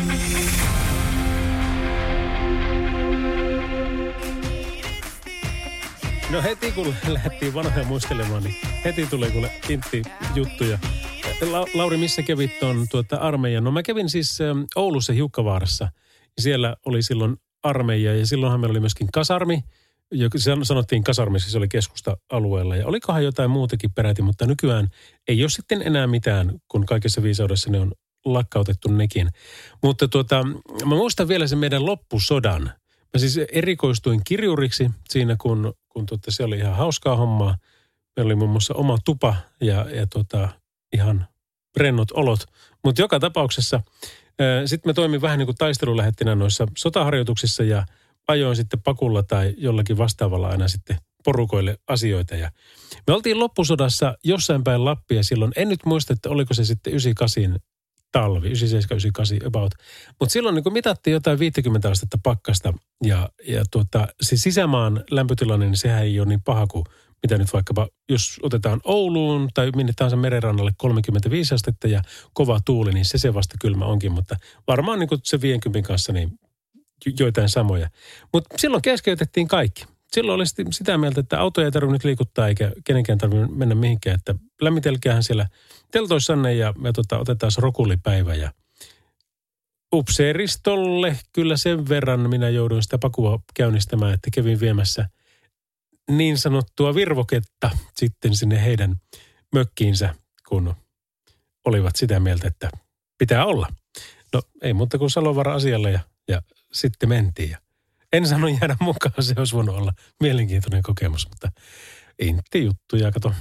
No heti kun lähdettiin vanhoja muistelemaan, niin heti tulee kuule intti juttuja. Lauri, missä kävit ton armeijan? No mä kävin siis Oulussa Hiukkavaarassa. Siellä oli silloin armeija ja silloinhan meillä oli myöskin kasarmi. Sanottiin kasarmissa, se oli keskusta-alueella ja olikohan jotain muutakin peräti, mutta nykyään ei ole sitten enää mitään, kun kaikessa viisaudessa ne on lakkautettu nekin. Mutta mä muistan vielä sen meidän loppusodan. Mä siis erikoistuin kirjuriksi siinä, kun se oli ihan hauskaa hommaa. Meillä oli muun muassa oma tupa ja ihan rennot olot. Mutta joka tapauksessa sitten mä toimin vähän niin kuin taistelulähettinä noissa sotaharjoituksissa ja ajoin sitten pakulla tai jollakin vastaavalla aina sitten porukoille asioita. Ja me oltiin loppusodassa jossain päin Lappia silloin. En nyt muista, että oliko se sitten 98 talvi, 97-98 about. Mutta silloin niin kun mitattiin jotain 50 astetta pakkasta ja se sisämaan lämpötilanne, niin sehän ei ole niin paha kuin mitä nyt vaikkapa, jos otetaan Ouluun tai minne tahansa merenrannalle 35 astetta ja kova tuuli, niin se vasta kylmä onkin. Mutta varmaan niin kuin se 50 kanssa niin joitain samoja. Mutta silloin keskeytettiin kaikki. Silloin oli sitä mieltä, että autoja ei tarvinnut liikuttaa eikä kenenkään tarvinnut mennä mihinkään. Että lämmitelkäähän siellä teltoissanne ja otetaan rokulipäivä. Ja upseeristolle kyllä sen verran minä jouduin sitä pakua käynnistämään, että kävin viemässä niin sanottua virvoketta sitten sinne heidän mökkiinsä, kun olivat sitä mieltä, että pitää olla. No ei muuta kuin Salovaara asialle ja sitten mentiin. En sano jäädä mukaan, se olisi voinut olla mielenkiintoinen kokemus, mutta intti juttuja, kato.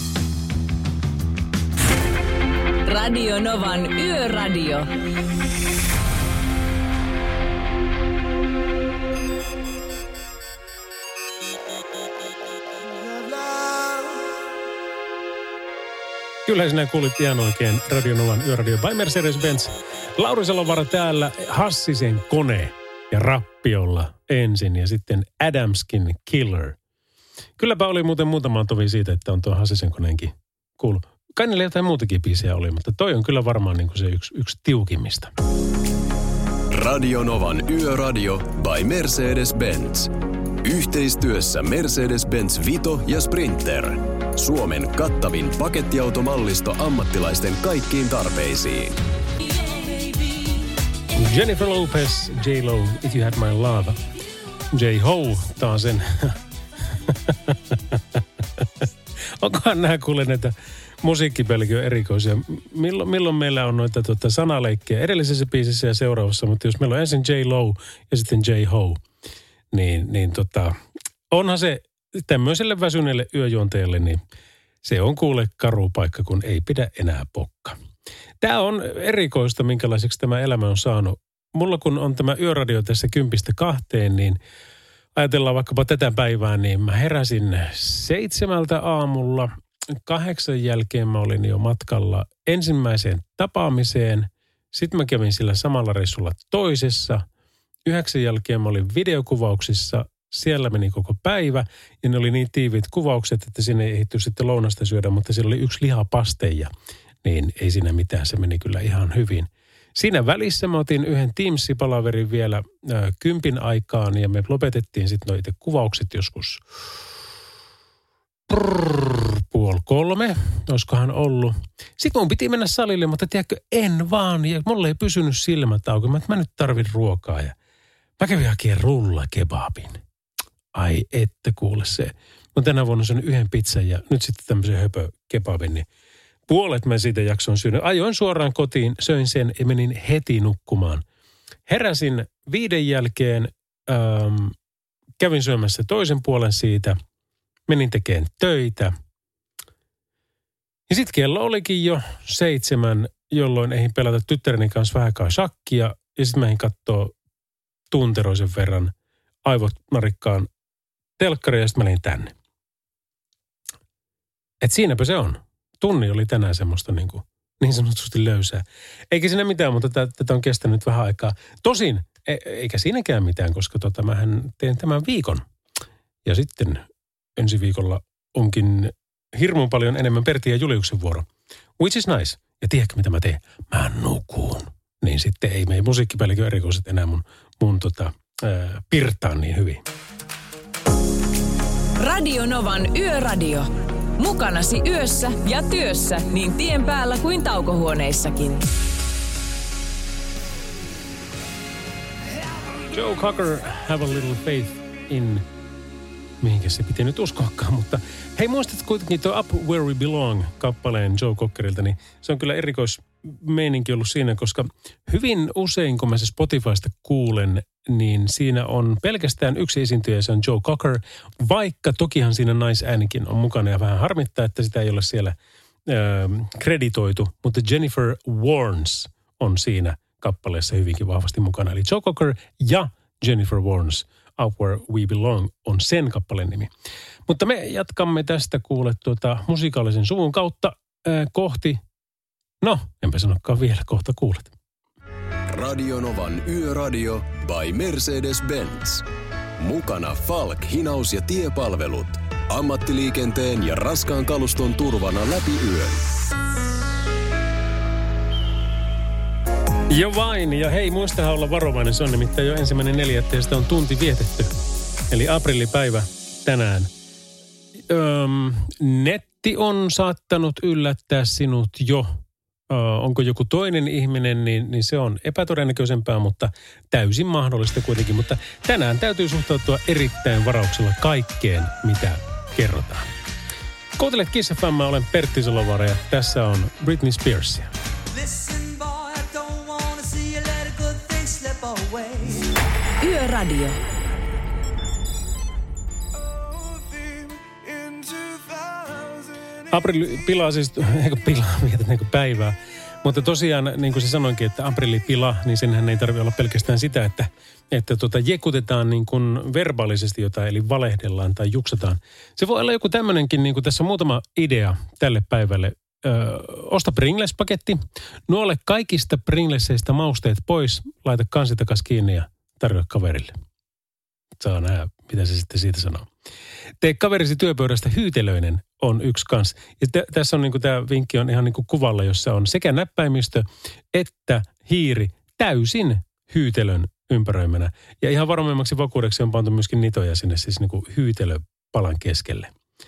Radio Novan Yöradio. Kyllä sinä kuulit ihan oikein Radio Novan Yöradio by Mercedes-Benz. Lauri Salovaara täällä, Hassisen kone ja rappiolla ensin ja sitten Adamskin Killer. Kylläpä oli muuten muutama tovi siitä, että on tuo Hassisen koneenkin kuullut. Kai niillä jotain muutakin biisejä oli, mutta toi on kyllä varmaan niin kuin se yksi tiukimmista. Radio Novan Yöradio by Mercedes-Benz. Yhteistyössä Mercedes-Benz Vito ja Sprinter. Suomen kattavin pakettiautomallisto ammattilaisten kaikkiin tarpeisiin. Jennifer Lopez, J-Lo, If You Had My Love. J-Ho taas sen. Onkohan nämä kuule näitä musiikkipelkiä erikoisia? Milloin meillä on noita sanaleikkejä edellisessä biisissä ja seuraavassa, mutta jos meillä on ensin J-Lo ja sitten J-Ho, niin onhan se tämmöiselle väsyneelle yöjuonteelle, niin se on kuule karu paikka, kun ei pidä enää pokka. Tämä on erikoista, minkälaiseksi tämä elämä on saanut. Mulla kun on tämä yöradio tässä 10-2, niin ajatellaan vaikkapa tätä päivää, niin mä heräsin 7 aamulla. 8 jälkeen mä olin jo matkalla ensimmäiseen tapaamiseen. Sitten mä kävin sillä samalla reissulla toisessa. 9 jälkeen mä olin videokuvauksissa. Siellä meni koko päivä ja ne oli niin tiiviit kuvaukset, että sinne ei ehditty sitten lounasta syödä, mutta siellä oli 1 lihapasteja. Niin ei siinä mitään, se meni kyllä ihan hyvin. Siinä välissä mä otin yhden Teams-palaverin vielä 10 aikaan ja me lopetettiin sitten itse kuvaukset joskus 2:30, olisikohan ollut. Sitten mun piti mennä salille, mutta tiedätkö, en vaan. Ja mulla ei pysynyt silmät auki. Mä nyt tarvin ruokaa ja mä kävin hakemaan rullakebabin. Ai että kuule se. Mä tänä vuonna syönyt yhden pizzan ja nyt sitten tämmöisen höpökebabin, niin puolet mä siitä jaksoin syönyt. Ajoin suoraan kotiin, söin sen ja menin heti nukkumaan. Heräsin 5 jälkeen, kävin syömässä toisen puolen siitä, menin tekemään töitä. Ja sitten kello olikin jo 7, jolloin eihin pelata tyttäreni kanssa vähän aikaa shakkia. Ja sitten mä eihin kattoo tunteroisen verran aivot narikkaan telkkaria ja sitten mä lähdin tänne. Et siinäpä se on. Tunni oli tänään semmoista niin sanotusti löysää. Eikä siinä mitään, mutta tätä on kestänyt vähän aikaa. Tosin, eikä siinäkään mitään, koska mähän teen tämän viikon. Ja sitten ensi viikolla onkin hirmuun paljon enemmän Pertin ja Juliuksen vuoro. Which is nice. Ja tiedätkö mitä mä teen? Mä nukuun. Niin sitten ei mene musiikkipäällikön erikoiset enää mun pirtaan niin hyvin. Radio Novan Yöradio. Mukanasi yössä ja työssä niin tien päällä kuin taukohuoneissakin. Joe Cocker, Have a Little Faith in... Mihinkä se piti nyt uskoakaan, mutta hei, muistatko kuitenkin tuo Up Where We Belong -kappaleen Joe Cockerilta, niin se on kyllä erikoismeininki ollut siinä, koska hyvin usein, kun mä se Spotifysta kuulen, niin siinä on pelkästään yksi esiintyjä, se on Joe Cocker, vaikka tokihan siinä naisäänikin on mukana ja vähän harmittaa, että sitä ei ole siellä kreditoitu, mutta Jennifer Warnes on siinä kappaleessa hyvinkin vahvasti mukana, eli Joe Cocker ja Jennifer Warnes. Up Where We Belong on sen kappaleen nimi. Mutta me jatkamme tästä musikaalisen suvun kautta kohti, no enpä sanokaan vielä, kohta kuulet. Radio Novan Yöradio by Mercedes-Benz. Mukana Falk, hinaus- ja tiepalvelut. Ammattiliikenteen ja raskaan kaluston turvana läpi yön. Jo vain, ja hei, muistahan olla varovainen, se on nimittäin jo 1.4. ja sitä on tunti vietetty. Eli aprillipäivä tänään. Netti on saattanut yllättää sinut jo. Onko joku toinen ihminen, niin se on epätodennäköisempää, mutta täysin mahdollista kuitenkin. Mutta tänään täytyy suhtautua erittäin varauksella kaikkeen, mitä kerrotaan. Kuuntelet Kiss FM, olen Pertti Salovaara ja tässä on Britney Spearsia. Yöradio. Aprilli pilaa siis, eikö päivää. Mutta tosiaan, niin kuin se sanoinkin, että aprillipila, niin senhän ei tarvitse olla pelkästään sitä, että jekutetaan niin kuin verbaalisesti jotain, eli valehdellaan tai juksataan. Se voi olla joku tämmöinenkin, niin kuin tässä on muutama idea tälle päivälle. Osta Pringles-paketti, nuole kaikista Pringleseistä mausteet pois, laita kansi takas kiinni ja tarjoa kaverille. Saa nähdä, mitä se sitten siitä sanoo. Tee kaverisi työpöydästä hyytelöinen on yksi kans. Ja tässä on niinku tämä vinkki on ihan niinku kuvalla, jossa on sekä näppäimistö että hiiri täysin hyytelön ympäröimänä. Ja ihan varmemmaksi vakuudeksi on pantu myöskin nitoja sinne siis niinku hyytelöpalan keskelle.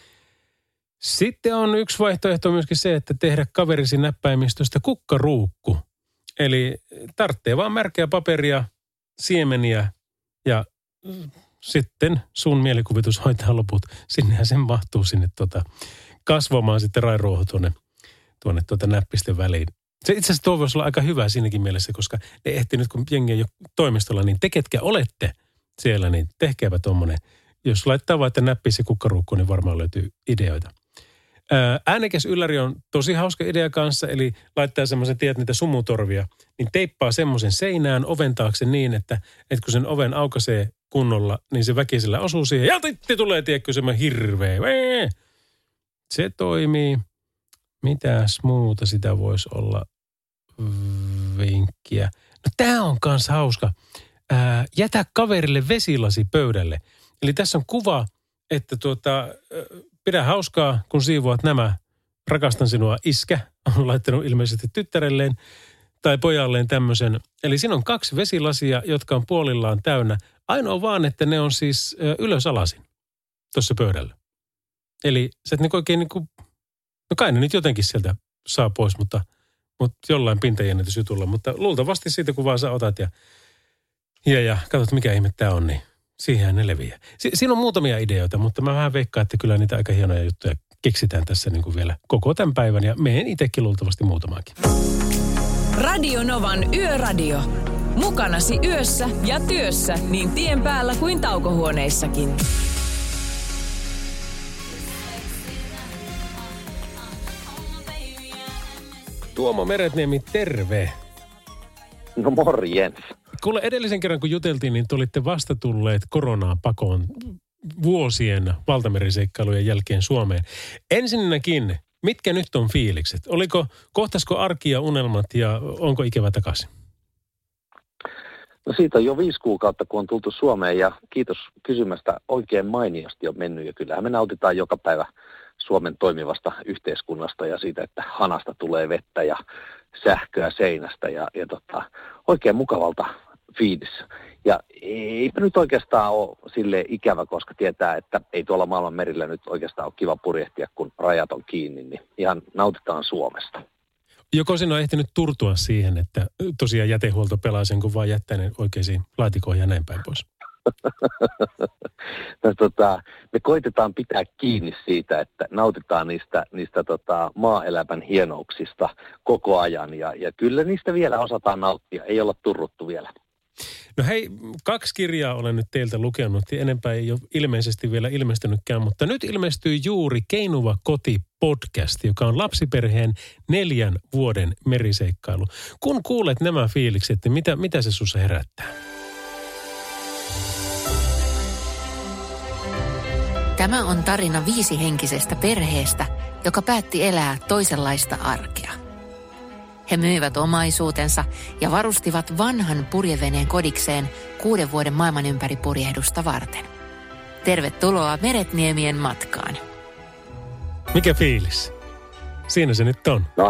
Sitten on yksi vaihtoehto myöskin se, että tehdä kaverisi näppäimistöstä kukkaruukku. Eli tarvitsee vaan märkää paperia, siemeniä ja sitten sun mielikuvitus hoitaa loput. Sinnehän sen mahtuu sinne kasvamaan sitten rairuoho tuonne näppisten väliin. Se itse asiassa tuo voisi olla aika hyvä siinäkin mielessä, koska ne ehti nyt kun jengi on jo toimistolla, niin te ketkä olette siellä, niin tehkääpä tuommoinen. Jos laittaa vaan, että näppisi kukkaruukku, niin varmaan löytyy ideoita. Äänekäs ylläri on tosi hauska idea kanssa, eli laittaa semmoisen, tiedät niitä sumutorvia, niin teippaa semmoisen seinään oven taakse niin, että kun sen oven aukaisee kunnolla, niin se väkisellä osuu siihen. Ja tulee, tiedätkö, semmoinen hirveä. Se toimii. Mitäs muuta sitä voisi olla vinkkiä? No tää on kans hauska. Jätä kaverille vesilasi pöydälle. Eli tässä on kuva, että pidä hauskaa, kun siivoat nämä. Rakastan sinua, iskä. On laittanut ilmeisesti tyttärelleen tai pojalleen tämmöisen. Eli siinä on 2 vesilasia, jotka on puolillaan täynnä. Ainoa vaan, että ne on siis ylös alasin tuossa pöydällä. Eli sä et niin oikein niin kuin, no kai ne nyt jotenkin sieltä saa pois, mutta jollain pintajännitysjutulla. Mutta luultavasti siitä, kun vaan sä otat ja katsot, mikä ihme tää on, niin siihen ne leviää. Siinä on muutamia ideoita, mutta mä vähän veikkaan, että kyllä niitä aika hienoja juttuja keksitään tässä niin kuin vielä koko tämän päivän. Ja menen itsekin luultavasti muutamaankin. Radio Novan Yöradio. Mukanasi yössä ja työssä niin tien päällä kuin taukohuoneissakin. Tuomo Meretniemi, terve. No morjens. Kuule, edellisen kerran kun juteltiin, niin te olitte vasta tulleet koronaa pakoon vuosien valtameriseikkailujen jälkeen Suomeen. Ensinnäkin, mitkä nyt on fiilikset? Kohtasko arki ja unelmat ja onko ikävä takaisin? No siitä on jo 5 kuukautta, kun on tultu Suomeen ja kiitos kysymästä, oikein mainiosti on mennyt ja kyllähän me nautitaan joka päivä Suomen toimivasta yhteiskunnasta ja siitä, että hanasta tulee vettä ja sähköä seinästä ja oikein mukavalta fiilis. Ja eipä nyt oikeastaan ole silleen ikävä, koska tietää, että ei tuolla maailman merillä nyt oikeastaan ole kiva purjehtia, kun rajat on kiinni, niin ihan nautitaan Suomesta. Joko sinä on ehtinyt turtua siihen, että tosiaan jätehuolto pelaa sen, kun vaan jättää ne oikeisiin laatikoihin ja näin päin pois? Me koitetaan pitää kiinni siitä, että nautitaan niistä maa-elämän hienouksista koko ajan ja kyllä niistä vielä osataan nauttia, ei olla turruttu vielä. No hei, 2 kirjaa olen nyt teiltä lukenut ja enempää ei ole ilmeisesti vielä ilmestynytkään, mutta nyt ilmestyy juuri Keinuva koti podcast, joka on lapsiperheen 4 vuoden meriseikkailu. Kun kuulet nämä fiilikset, niin mitä se sussa herättää? Tämä on tarina 5-henkisestä perheestä, joka päätti elää toisenlaista arkea. He myivät omaisuutensa ja varustivat vanhan purjeveneen kodikseen 6 vuoden maailmanympäripurjehdusta varten. Tervetuloa Meretniemien matkaan. Mikä fiilis? Siinä se nyt on. No,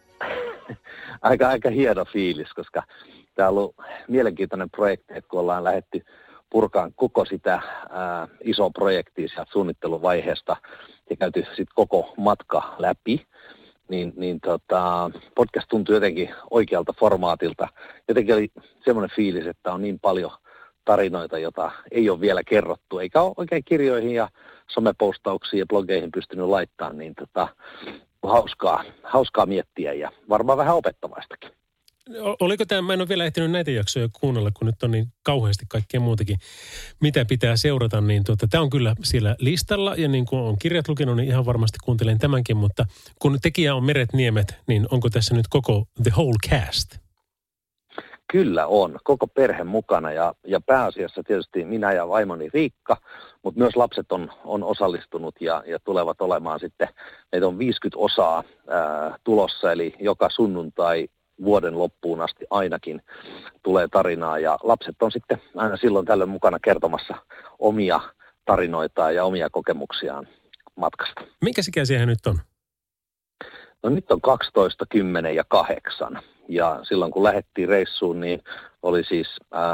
aika hieno fiilis, koska tämä on ollut mielenkiintoinen projekti, että kun ollaan lähdetty purkaan koko sitä isoa projektia sieltä suunnitteluvaiheesta ja käyty sitten koko matka läpi, niin podcast tuntui jotenkin oikealta formaatilta. Jotenkin oli semmoinen fiilis, että on niin paljon tarinoita, jota ei ole vielä kerrottu, eikä ole oikein kirjoihin ja somepostauksiin ja blogeihin pystynyt laittamaan, niin hauskaa miettiä ja varmaan vähän opettavaistakin. Oliko tämä, mä en ole vielä ehtinyt näitä jaksoja kuunnella, kun nyt on niin kauheasti kaikkea muutakin, mitä pitää seurata, niin tämä on kyllä siellä listalla, ja niin kuin on kirjat lukenut, niin ihan varmasti kuuntelen tämänkin, mutta kun tekijä on Meretniemet, niin onko tässä nyt koko the whole cast? Kyllä on, koko perhe mukana, ja pääasiassa tietysti minä ja vaimoni Riikka, mutta myös lapset on osallistunut ja tulevat olemaan sitten, meitä on 50 osaa tulossa, eli joka sunnuntai vuoden loppuun asti ainakin tulee tarinaa ja lapset on sitten aina silloin tällöin mukana kertomassa omia tarinoitaan ja omia kokemuksiaan matkasta. Minkä ikäisiä he nyt on? No nyt on 12, 10 ja 8 ja silloin kun lähdettiin reissuun niin oli siis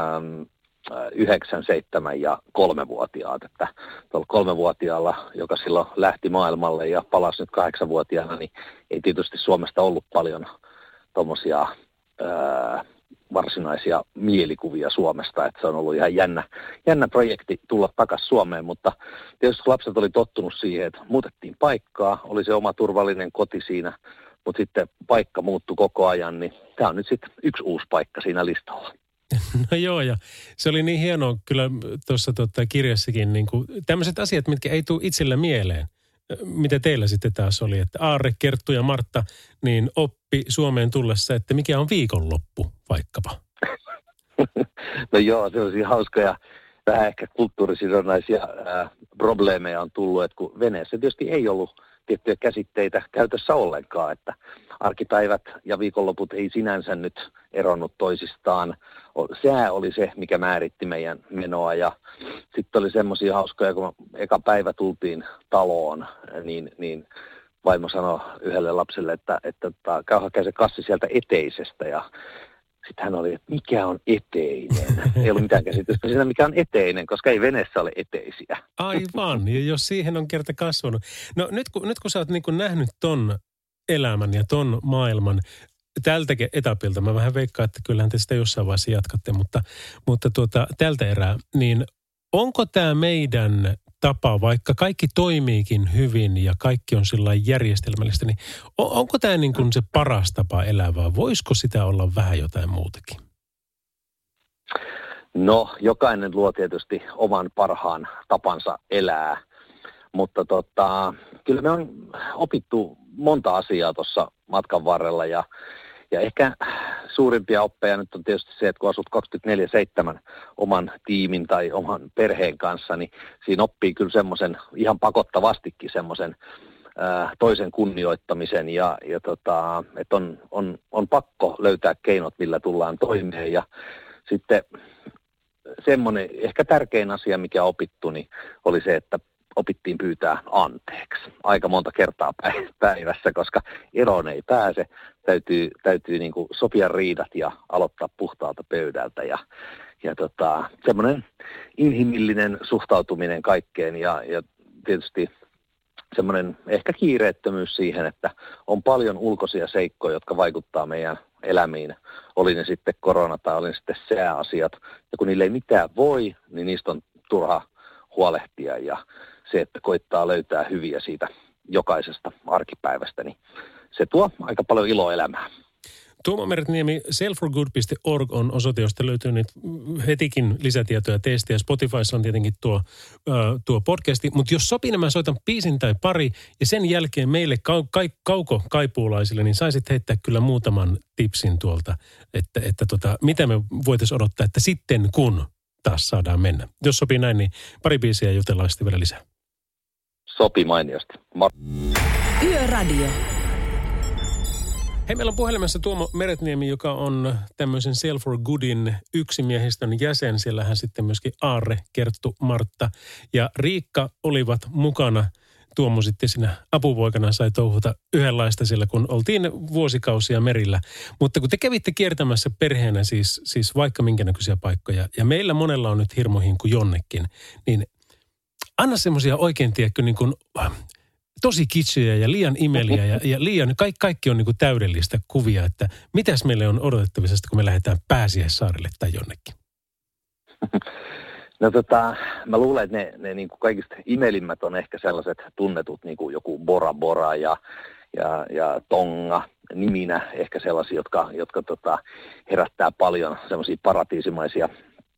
9, 7 ja 3-vuotiaat, että tuolla 3-vuotiaalla, joka silloin lähti maailmalle ja palasi nyt 8-vuotiaana, niin ei tietysti Suomesta ollut paljon tuommoisia varsinaisia mielikuvia Suomesta, että se on ollut ihan jännä projekti tulla takaisin Suomeen, mutta tietysti lapset oli tottunut siihen, että muutettiin paikkaa, oli se oma turvallinen koti siinä, mutta sitten paikka muuttui koko ajan, niin tämä on nyt sitten yksi uusi paikka siinä listalla. No joo, ja se oli niin hienoa kyllä tuossa kirjassakin, niin kuin tämmöiset asiat, mitkä ei tule itsellä mieleen. Mitä teillä sitten taas oli, että Aarre, Kerttu ja Martta niin oppi Suomeen tullessa, että mikä on viikonloppu vaikkapa? No joo, se on hauskoja, vähän ehkä kulttuurisidonnaisia probleemeja on tullut, että kun veneessä tietysti ei ollut tiettyjä käsitteitä käytössä ollenkaan, että arkipäivät ja viikonloput ei sinänsä nyt eronnut toisistaan. Sää oli se, mikä määritti meidän menoa ja sitten oli semmoisia hauskoja, kun eka päivä tultiin taloon, niin vaimo sanoi yhdelle lapselle, että käy hakea se kassi sieltä eteisestä ja Sitten hän oli, että mikä on eteinen. Ei ollut mitään käsitystä siinä, mikä on eteinen, koska ei veneessä ole eteisiä. Aivan, ja jos siihen on kerta kasvanut. No nyt kun sä oot niin kuin nähnyt ton elämän ja ton maailman tältä etapilta, mä vähän veikkaan, että kyllähän te sitä jossain vaiheessa jatkatte, mutta tältä erää, niin onko tämä meidän tapa, vaikka kaikki toimiikin hyvin ja kaikki on sillä järjestelmällistä, niin onko tämä niin kuin se paras tapa elää, vai voisiko sitä olla vähän jotain muutakin? No, jokainen luo tietysti oman parhaan tapansa elää, mutta kyllä me on opittu monta asiaa tuossa matkan varrella ja ehkä suurimpia oppeja nyt on tietysti se, että kun asut 24/7 oman tiimin tai oman perheen kanssa, niin siinä oppii kyllä semmoisen ihan pakottavastikin semmoisen toisen kunnioittamisen ja että on pakko löytää keinot, millä tullaan toimeen ja sitten semmoinen ehkä tärkein asia, mikä opittu, niin oli se, että opittiin pyytää anteeksi aika monta kertaa päivässä, koska eroon ei pääse. Täytyy niin kuin sopia riidat ja aloittaa puhtaalta pöydältä ja semmoinen inhimillinen suhtautuminen kaikkeen ja tietysti semmoinen ehkä kiireettömyys siihen, että on paljon ulkoisia seikkoja, jotka vaikuttaa meidän elämiin. Oli ne sitten korona tai oli ne sitten sääasiat. Ja kun niille ei mitään voi, niin niistä on turha huolehtia ja se, että koittaa löytää hyviä siitä jokaisesta arkipäivästä, niin se tuo aika paljon iloa elämään. Tuomo Meretniemi, selfforgood.org on osoite, josta löytyy nyt hetikin lisätietoja teistä ja Spotifyssa on tietenkin tuo podcasti. Mutta jos sopii, mä soitan biisin tai pari ja sen jälkeen meille kaukokaipuulaisille, niin saisit heittää kyllä muutaman tipsin tuolta, että mitä me voitaisiin odottaa, että sitten kun taas saadaan mennä. Jos sopii näin, niin pari biisiä jutellaan sitten vielä lisää. Sopii mainiosti. Yöradio. Hei, meillä on puhelimessa Tuomo Meretniemi, joka on tämmöisen Self for Goodin yksimiehistön jäsen. Siellähän sitten myöskin Aarre, Kerttu, Martta ja Riikka olivat mukana. Tuomo sitten siinä apupoikana sai touhuta yhdenlaista siellä, kun oltiin vuosikausia merillä. Mutta kun te kävitte kiertämässä perheenä siis vaikka minkä näköisiä paikkoja, ja meillä monella on nyt hirmuhinku jonnekin, niin anna semmoisia oikein, tiedätkö, niin kuin tosi kitsejä ja liian imeliä ja liian, kaikki on niin kuin täydellistä kuvia, että mitäs meille on odotettavissa, kun me lähdetään Pääsiäissaarelle tai jonnekin? No mä luulen, että ne niin kuin kaikista imelimmät on ehkä sellaiset tunnetut, niin kuin joku Bora Bora ja Tonga niminä, ehkä sellaisia, jotka herättää paljon semmoisia paratiisimaisia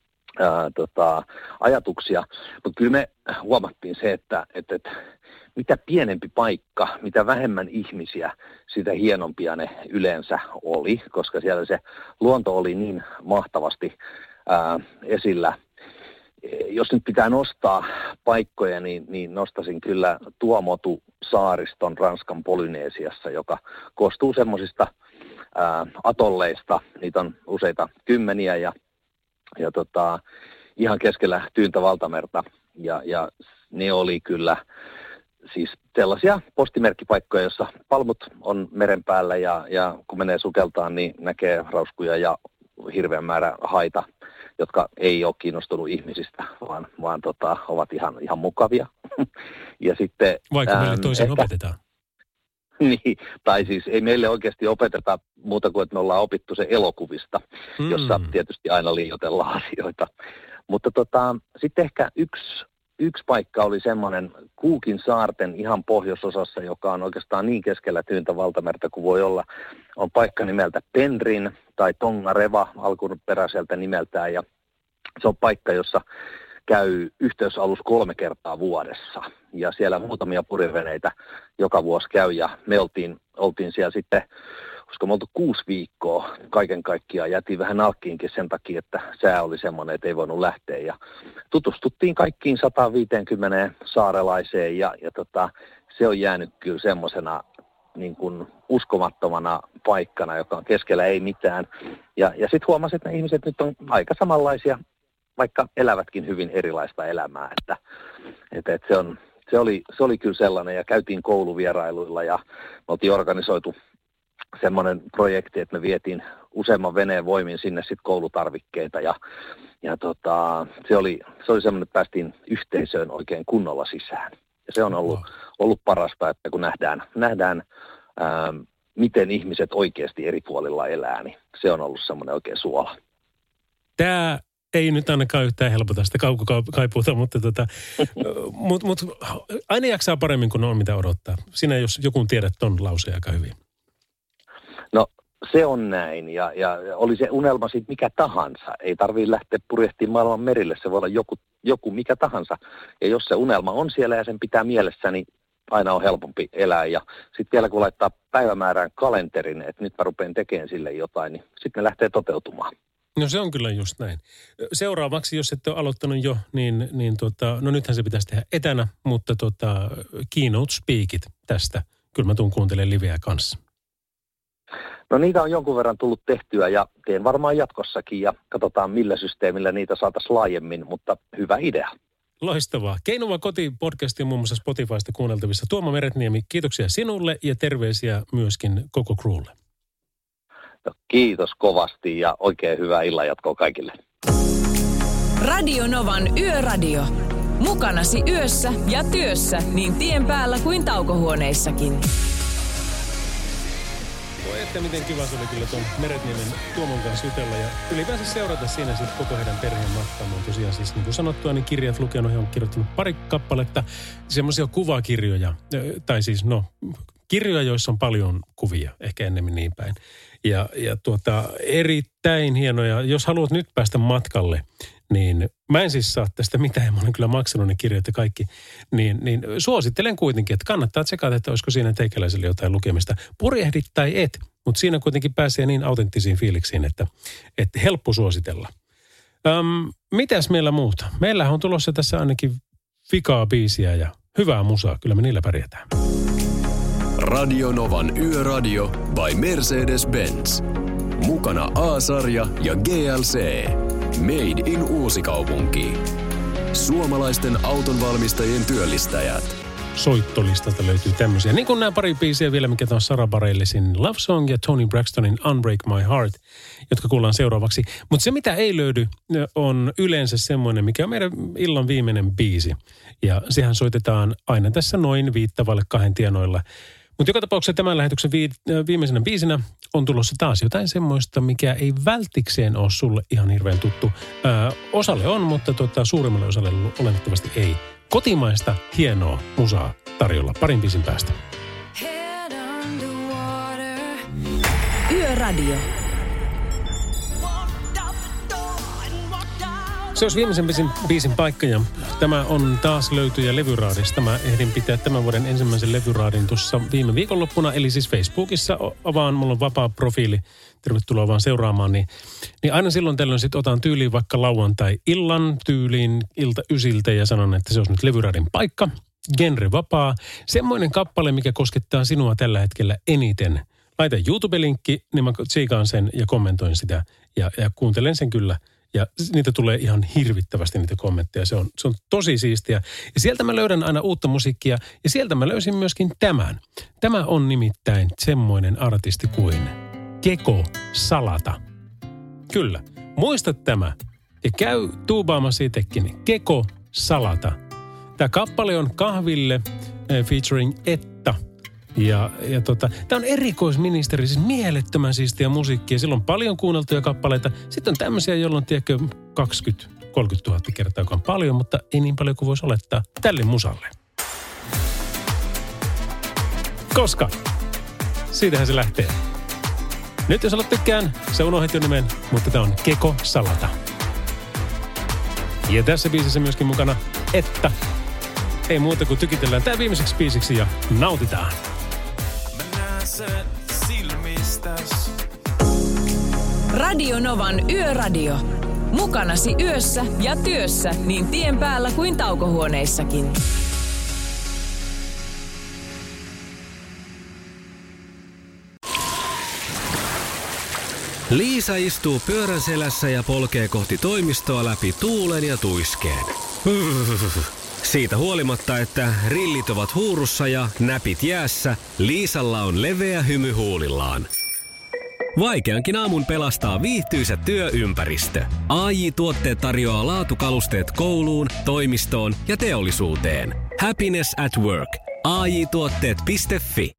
ajatuksia. Mutta kyllä me huomattiin se, että mitä pienempi paikka, mitä vähemmän ihmisiä, sitä hienompia ne yleensä oli, koska siellä se luonto oli niin mahtavasti esillä. Jos nyt pitää nostaa paikkoja, niin nostaisin kyllä Tuomotu-saariston Ranskan Polyneesiassa, joka koostuu semmoisista atolleista. Niitä on useita kymmeniä ja ihan keskellä tyyntä valtamerta. Ja ne oli kyllä siis sellaisia postimerkkipaikkoja, jossa palmut on meren päällä ja kun menee sukeltaan, niin näkee rauskuja ja hirveän määrä haita, jotka ei ole kiinnostunut ihmisistä, vaan ovat ihan mukavia. Ja sitten, vaikka meille toisen opetetaan. Niin, tai siis ei meille oikeasti opeteta muuta kuin, että me ollaan opittu se elokuvista, jossa tietysti aina liioitellaan asioita. Mutta sitten ehkä yksi paikka oli semmoinen Cookin saarten ihan pohjoisosassa, joka on oikeastaan niin keskellä tyyntä valtamerta kuin voi olla. On paikka nimeltä Penryn tai Tongareva alkuperäiseltä nimeltään ja se on paikka, jossa käy yhteysalus 3 kertaa vuodessa ja siellä muutamia purjeveneitä joka vuosi käy ja me oltiin siellä sitten, koska me oltu 6 viikkoa kaiken kaikkiaan, jätiin vähän nalkkiinkin sen takia, että sää oli semmoinen, että ei voinut lähteä ja tutustuttiin kaikkiin 150 saarelaiseen ja se on jäänyt kyllä semmoisena niin kuin uskomattomana paikkana, joka on keskellä ei mitään ja sitten huomasin, että ne ihmiset nyt on aika samanlaisia, vaikka elävätkin hyvin erilaista elämää, että se oli kyllä sellainen ja käytiin kouluvierailuilla ja me oltiin organisoitu semmoinen projekti, että me vietiin useamman veneen voimin sinne sitten koulutarvikkeita ja se oli semmoinen, että päästiin yhteisöön oikein kunnolla sisään. Ja se on ollut parasta, että kun nähdään miten ihmiset oikeasti eri puolilla elää, niin se on ollut semmoinen oikein suola. Tämä ei nyt ainakaan yhtään helpota sitä kaukokaipuuta, mutta mut aina jaksaa paremmin kuin on mitä odottaa. Sinä jos joku tiedät ton lauseen aika hyvin. No se on näin ja oli se unelma siitä mikä tahansa. Ei tarvitse lähteä purjehtimaan maailman merille, se voi olla joku mikä tahansa. Ja jos se unelma on siellä ja sen pitää mielessä, niin aina on helpompi elää. Ja sitten vielä kun laittaa päivämäärään kalenterin, että nyt mä rupean tekemään sille jotain, niin sitten ne lähtee toteutumaan. No se on kyllä just näin. Seuraavaksi, jos ette ole aloittanut jo, niin no nythän se pitäisi tehdä etänä, mutta keynote speakit tästä. Kyllä mä tuun kuuntelemaan liveä kanssa. No niitä on jonkun verran tullut tehtyä ja teen varmaan jatkossakin ja katsotaan millä systeemillä niitä saataisiin laajemmin, mutta hyvä idea. Loistavaa. Keinova koti-podcasti muun muassa Spotifysta kuunneltavissa. Tuomo Meretniemi, kiitoksia sinulle ja terveisiä myöskin koko crewlle. No, kiitos kovasti ja oikein hyvää illanjatkoa kaikille. Radio Novan Yöradio. Mukanasi yössä ja työssä niin tien päällä kuin taukohuoneissakin. Voi että miten kiva se oli kyllä tuon Meretniemen Tuomon kanssa jutella ja ylipäänsä seurata siinä sitten koko heidän perheen matkaan. Tosiaan siis niin kuin sanottua, niin kirjat lukenut, he on kirjoittanut pari kappaletta, semmoisia kuvakirjoja, tai siis kirjoja, joissa on paljon kuvia, ehkä ennemmin niin päin. Ja erittäin hienoja. Jos haluat nyt päästä matkalle, niin mä en siis saa tästä mitään, mä olen kyllä maksanut ne kirjat ja kaikki, niin suosittelen kuitenkin, että kannattaa tsekata, että olisiko siinä teikäläiselle jotain lukemista. Purjehdit tai et, mutta siinä kuitenkin pääsee niin autenttisiin fiiliksiin, että helppo suositella. Mitäs meillä muuta? Meillähän on tulossa tässä ainakin vikaa biisiä ja hyvää musaa, kyllä me niillä pärjätään. Radio Novan Yöradio by Mercedes-Benz. Mukana A-sarja ja GLC. Made in Uusikaupunki. Suomalaisten autonvalmistajien työllistäjät. Soittolistalta löytyy tämmöisiä. Niin kuin nämä pari biisiä vielä, mikä on Sarah Bareillesin Love Song ja Toni Braxtonin Unbreak My Heart, jotka kuullaan seuraavaksi. Mutta se, mitä ei löydy, on yleensä semmoinen, mikä on meidän illan viimeinen biisi. Ja sehän soitetaan aina tässä noin 1:05 tienoilla. Mutta joka tapauksessa tämän lähetyksen viimeisenä biisinä on tulossa taas jotain semmoista, mikä ei vältikseen ole sulle ihan hirveän tuttu. Osalle on, mutta suurimmalle osalle oletettavasti ei. Kotimaista hienoa musaa tarjolla parin biisin päästä. Yöradio. Se olisi viimeisen biisin paikka ja tämä on taas löytyjä levyraadista. Mä ehdin pitää tämän vuoden ensimmäisen levyraadin tuossa viime viikonloppuna, eli siis Facebookissa avaan, mulla on vapaa profiili, tervetuloa vaan seuraamaan, niin aina silloin tällöin sit otan tyyliin vaikka lauantai-illan tyyliin ilta 9 ja sanon, että se olisi nyt levyraadin paikka, genre vapaa, semmoinen kappale, mikä koskettaa sinua tällä hetkellä eniten. Laita YouTube-linkki, niin mä tsiikaan sen ja kommentoin sitä ja kuuntelen sen kyllä. Ja niitä tulee ihan hirvittävästi niitä kommentteja. Se on tosi siistiä. Ja sieltä mä löydän aina uutta musiikkia. Ja sieltä mä löysin myöskin tämän. Tämä on nimittäin semmoinen artisti kuin Keko Salata. Kyllä. Muista tämä. Ja käy tuubaamassa itsekin. Keko Salata. Tämä kappale on Kahville featuring Etta. Tämä on erikoisministeri, siis mielettömän siistiä musiikkia. Sillä on paljon kuunneltuja kappaleita. Sitten on tämmöisiä, joilla on 20-30 000 kertaa, joka on paljon, mutta ei niin paljon kuin voisi olettaa tälle musalle. Koska siitähän se lähtee. Nyt jos olet tykkään, se unohdit jo nimen, mutta tämä on Keko Salata. Ja tässä biisissä myöskin mukana Etta. Ei muuta kuin tykitellään tää viimeiseksi biisiksi ja nautitaan. Radio Novan Yöradio. Mukanasi yössä ja työssä niin tien päällä kuin taukohuoneissakin. Liisa istuu pyörän selässä ja polkee kohti toimistoa läpi tuulen ja tuiskeen. Siitä huolimatta, että rillit ovat huurussa ja näpit jäässä, Liisalla on leveä hymy huulillaan. Vaikeankin aamun pelastaa viihtyisä työympäristö. AJ-tuotteet tarjoaa laatukalusteet kouluun, toimistoon ja teollisuuteen. Happiness at work. AJ-tuotteet.fi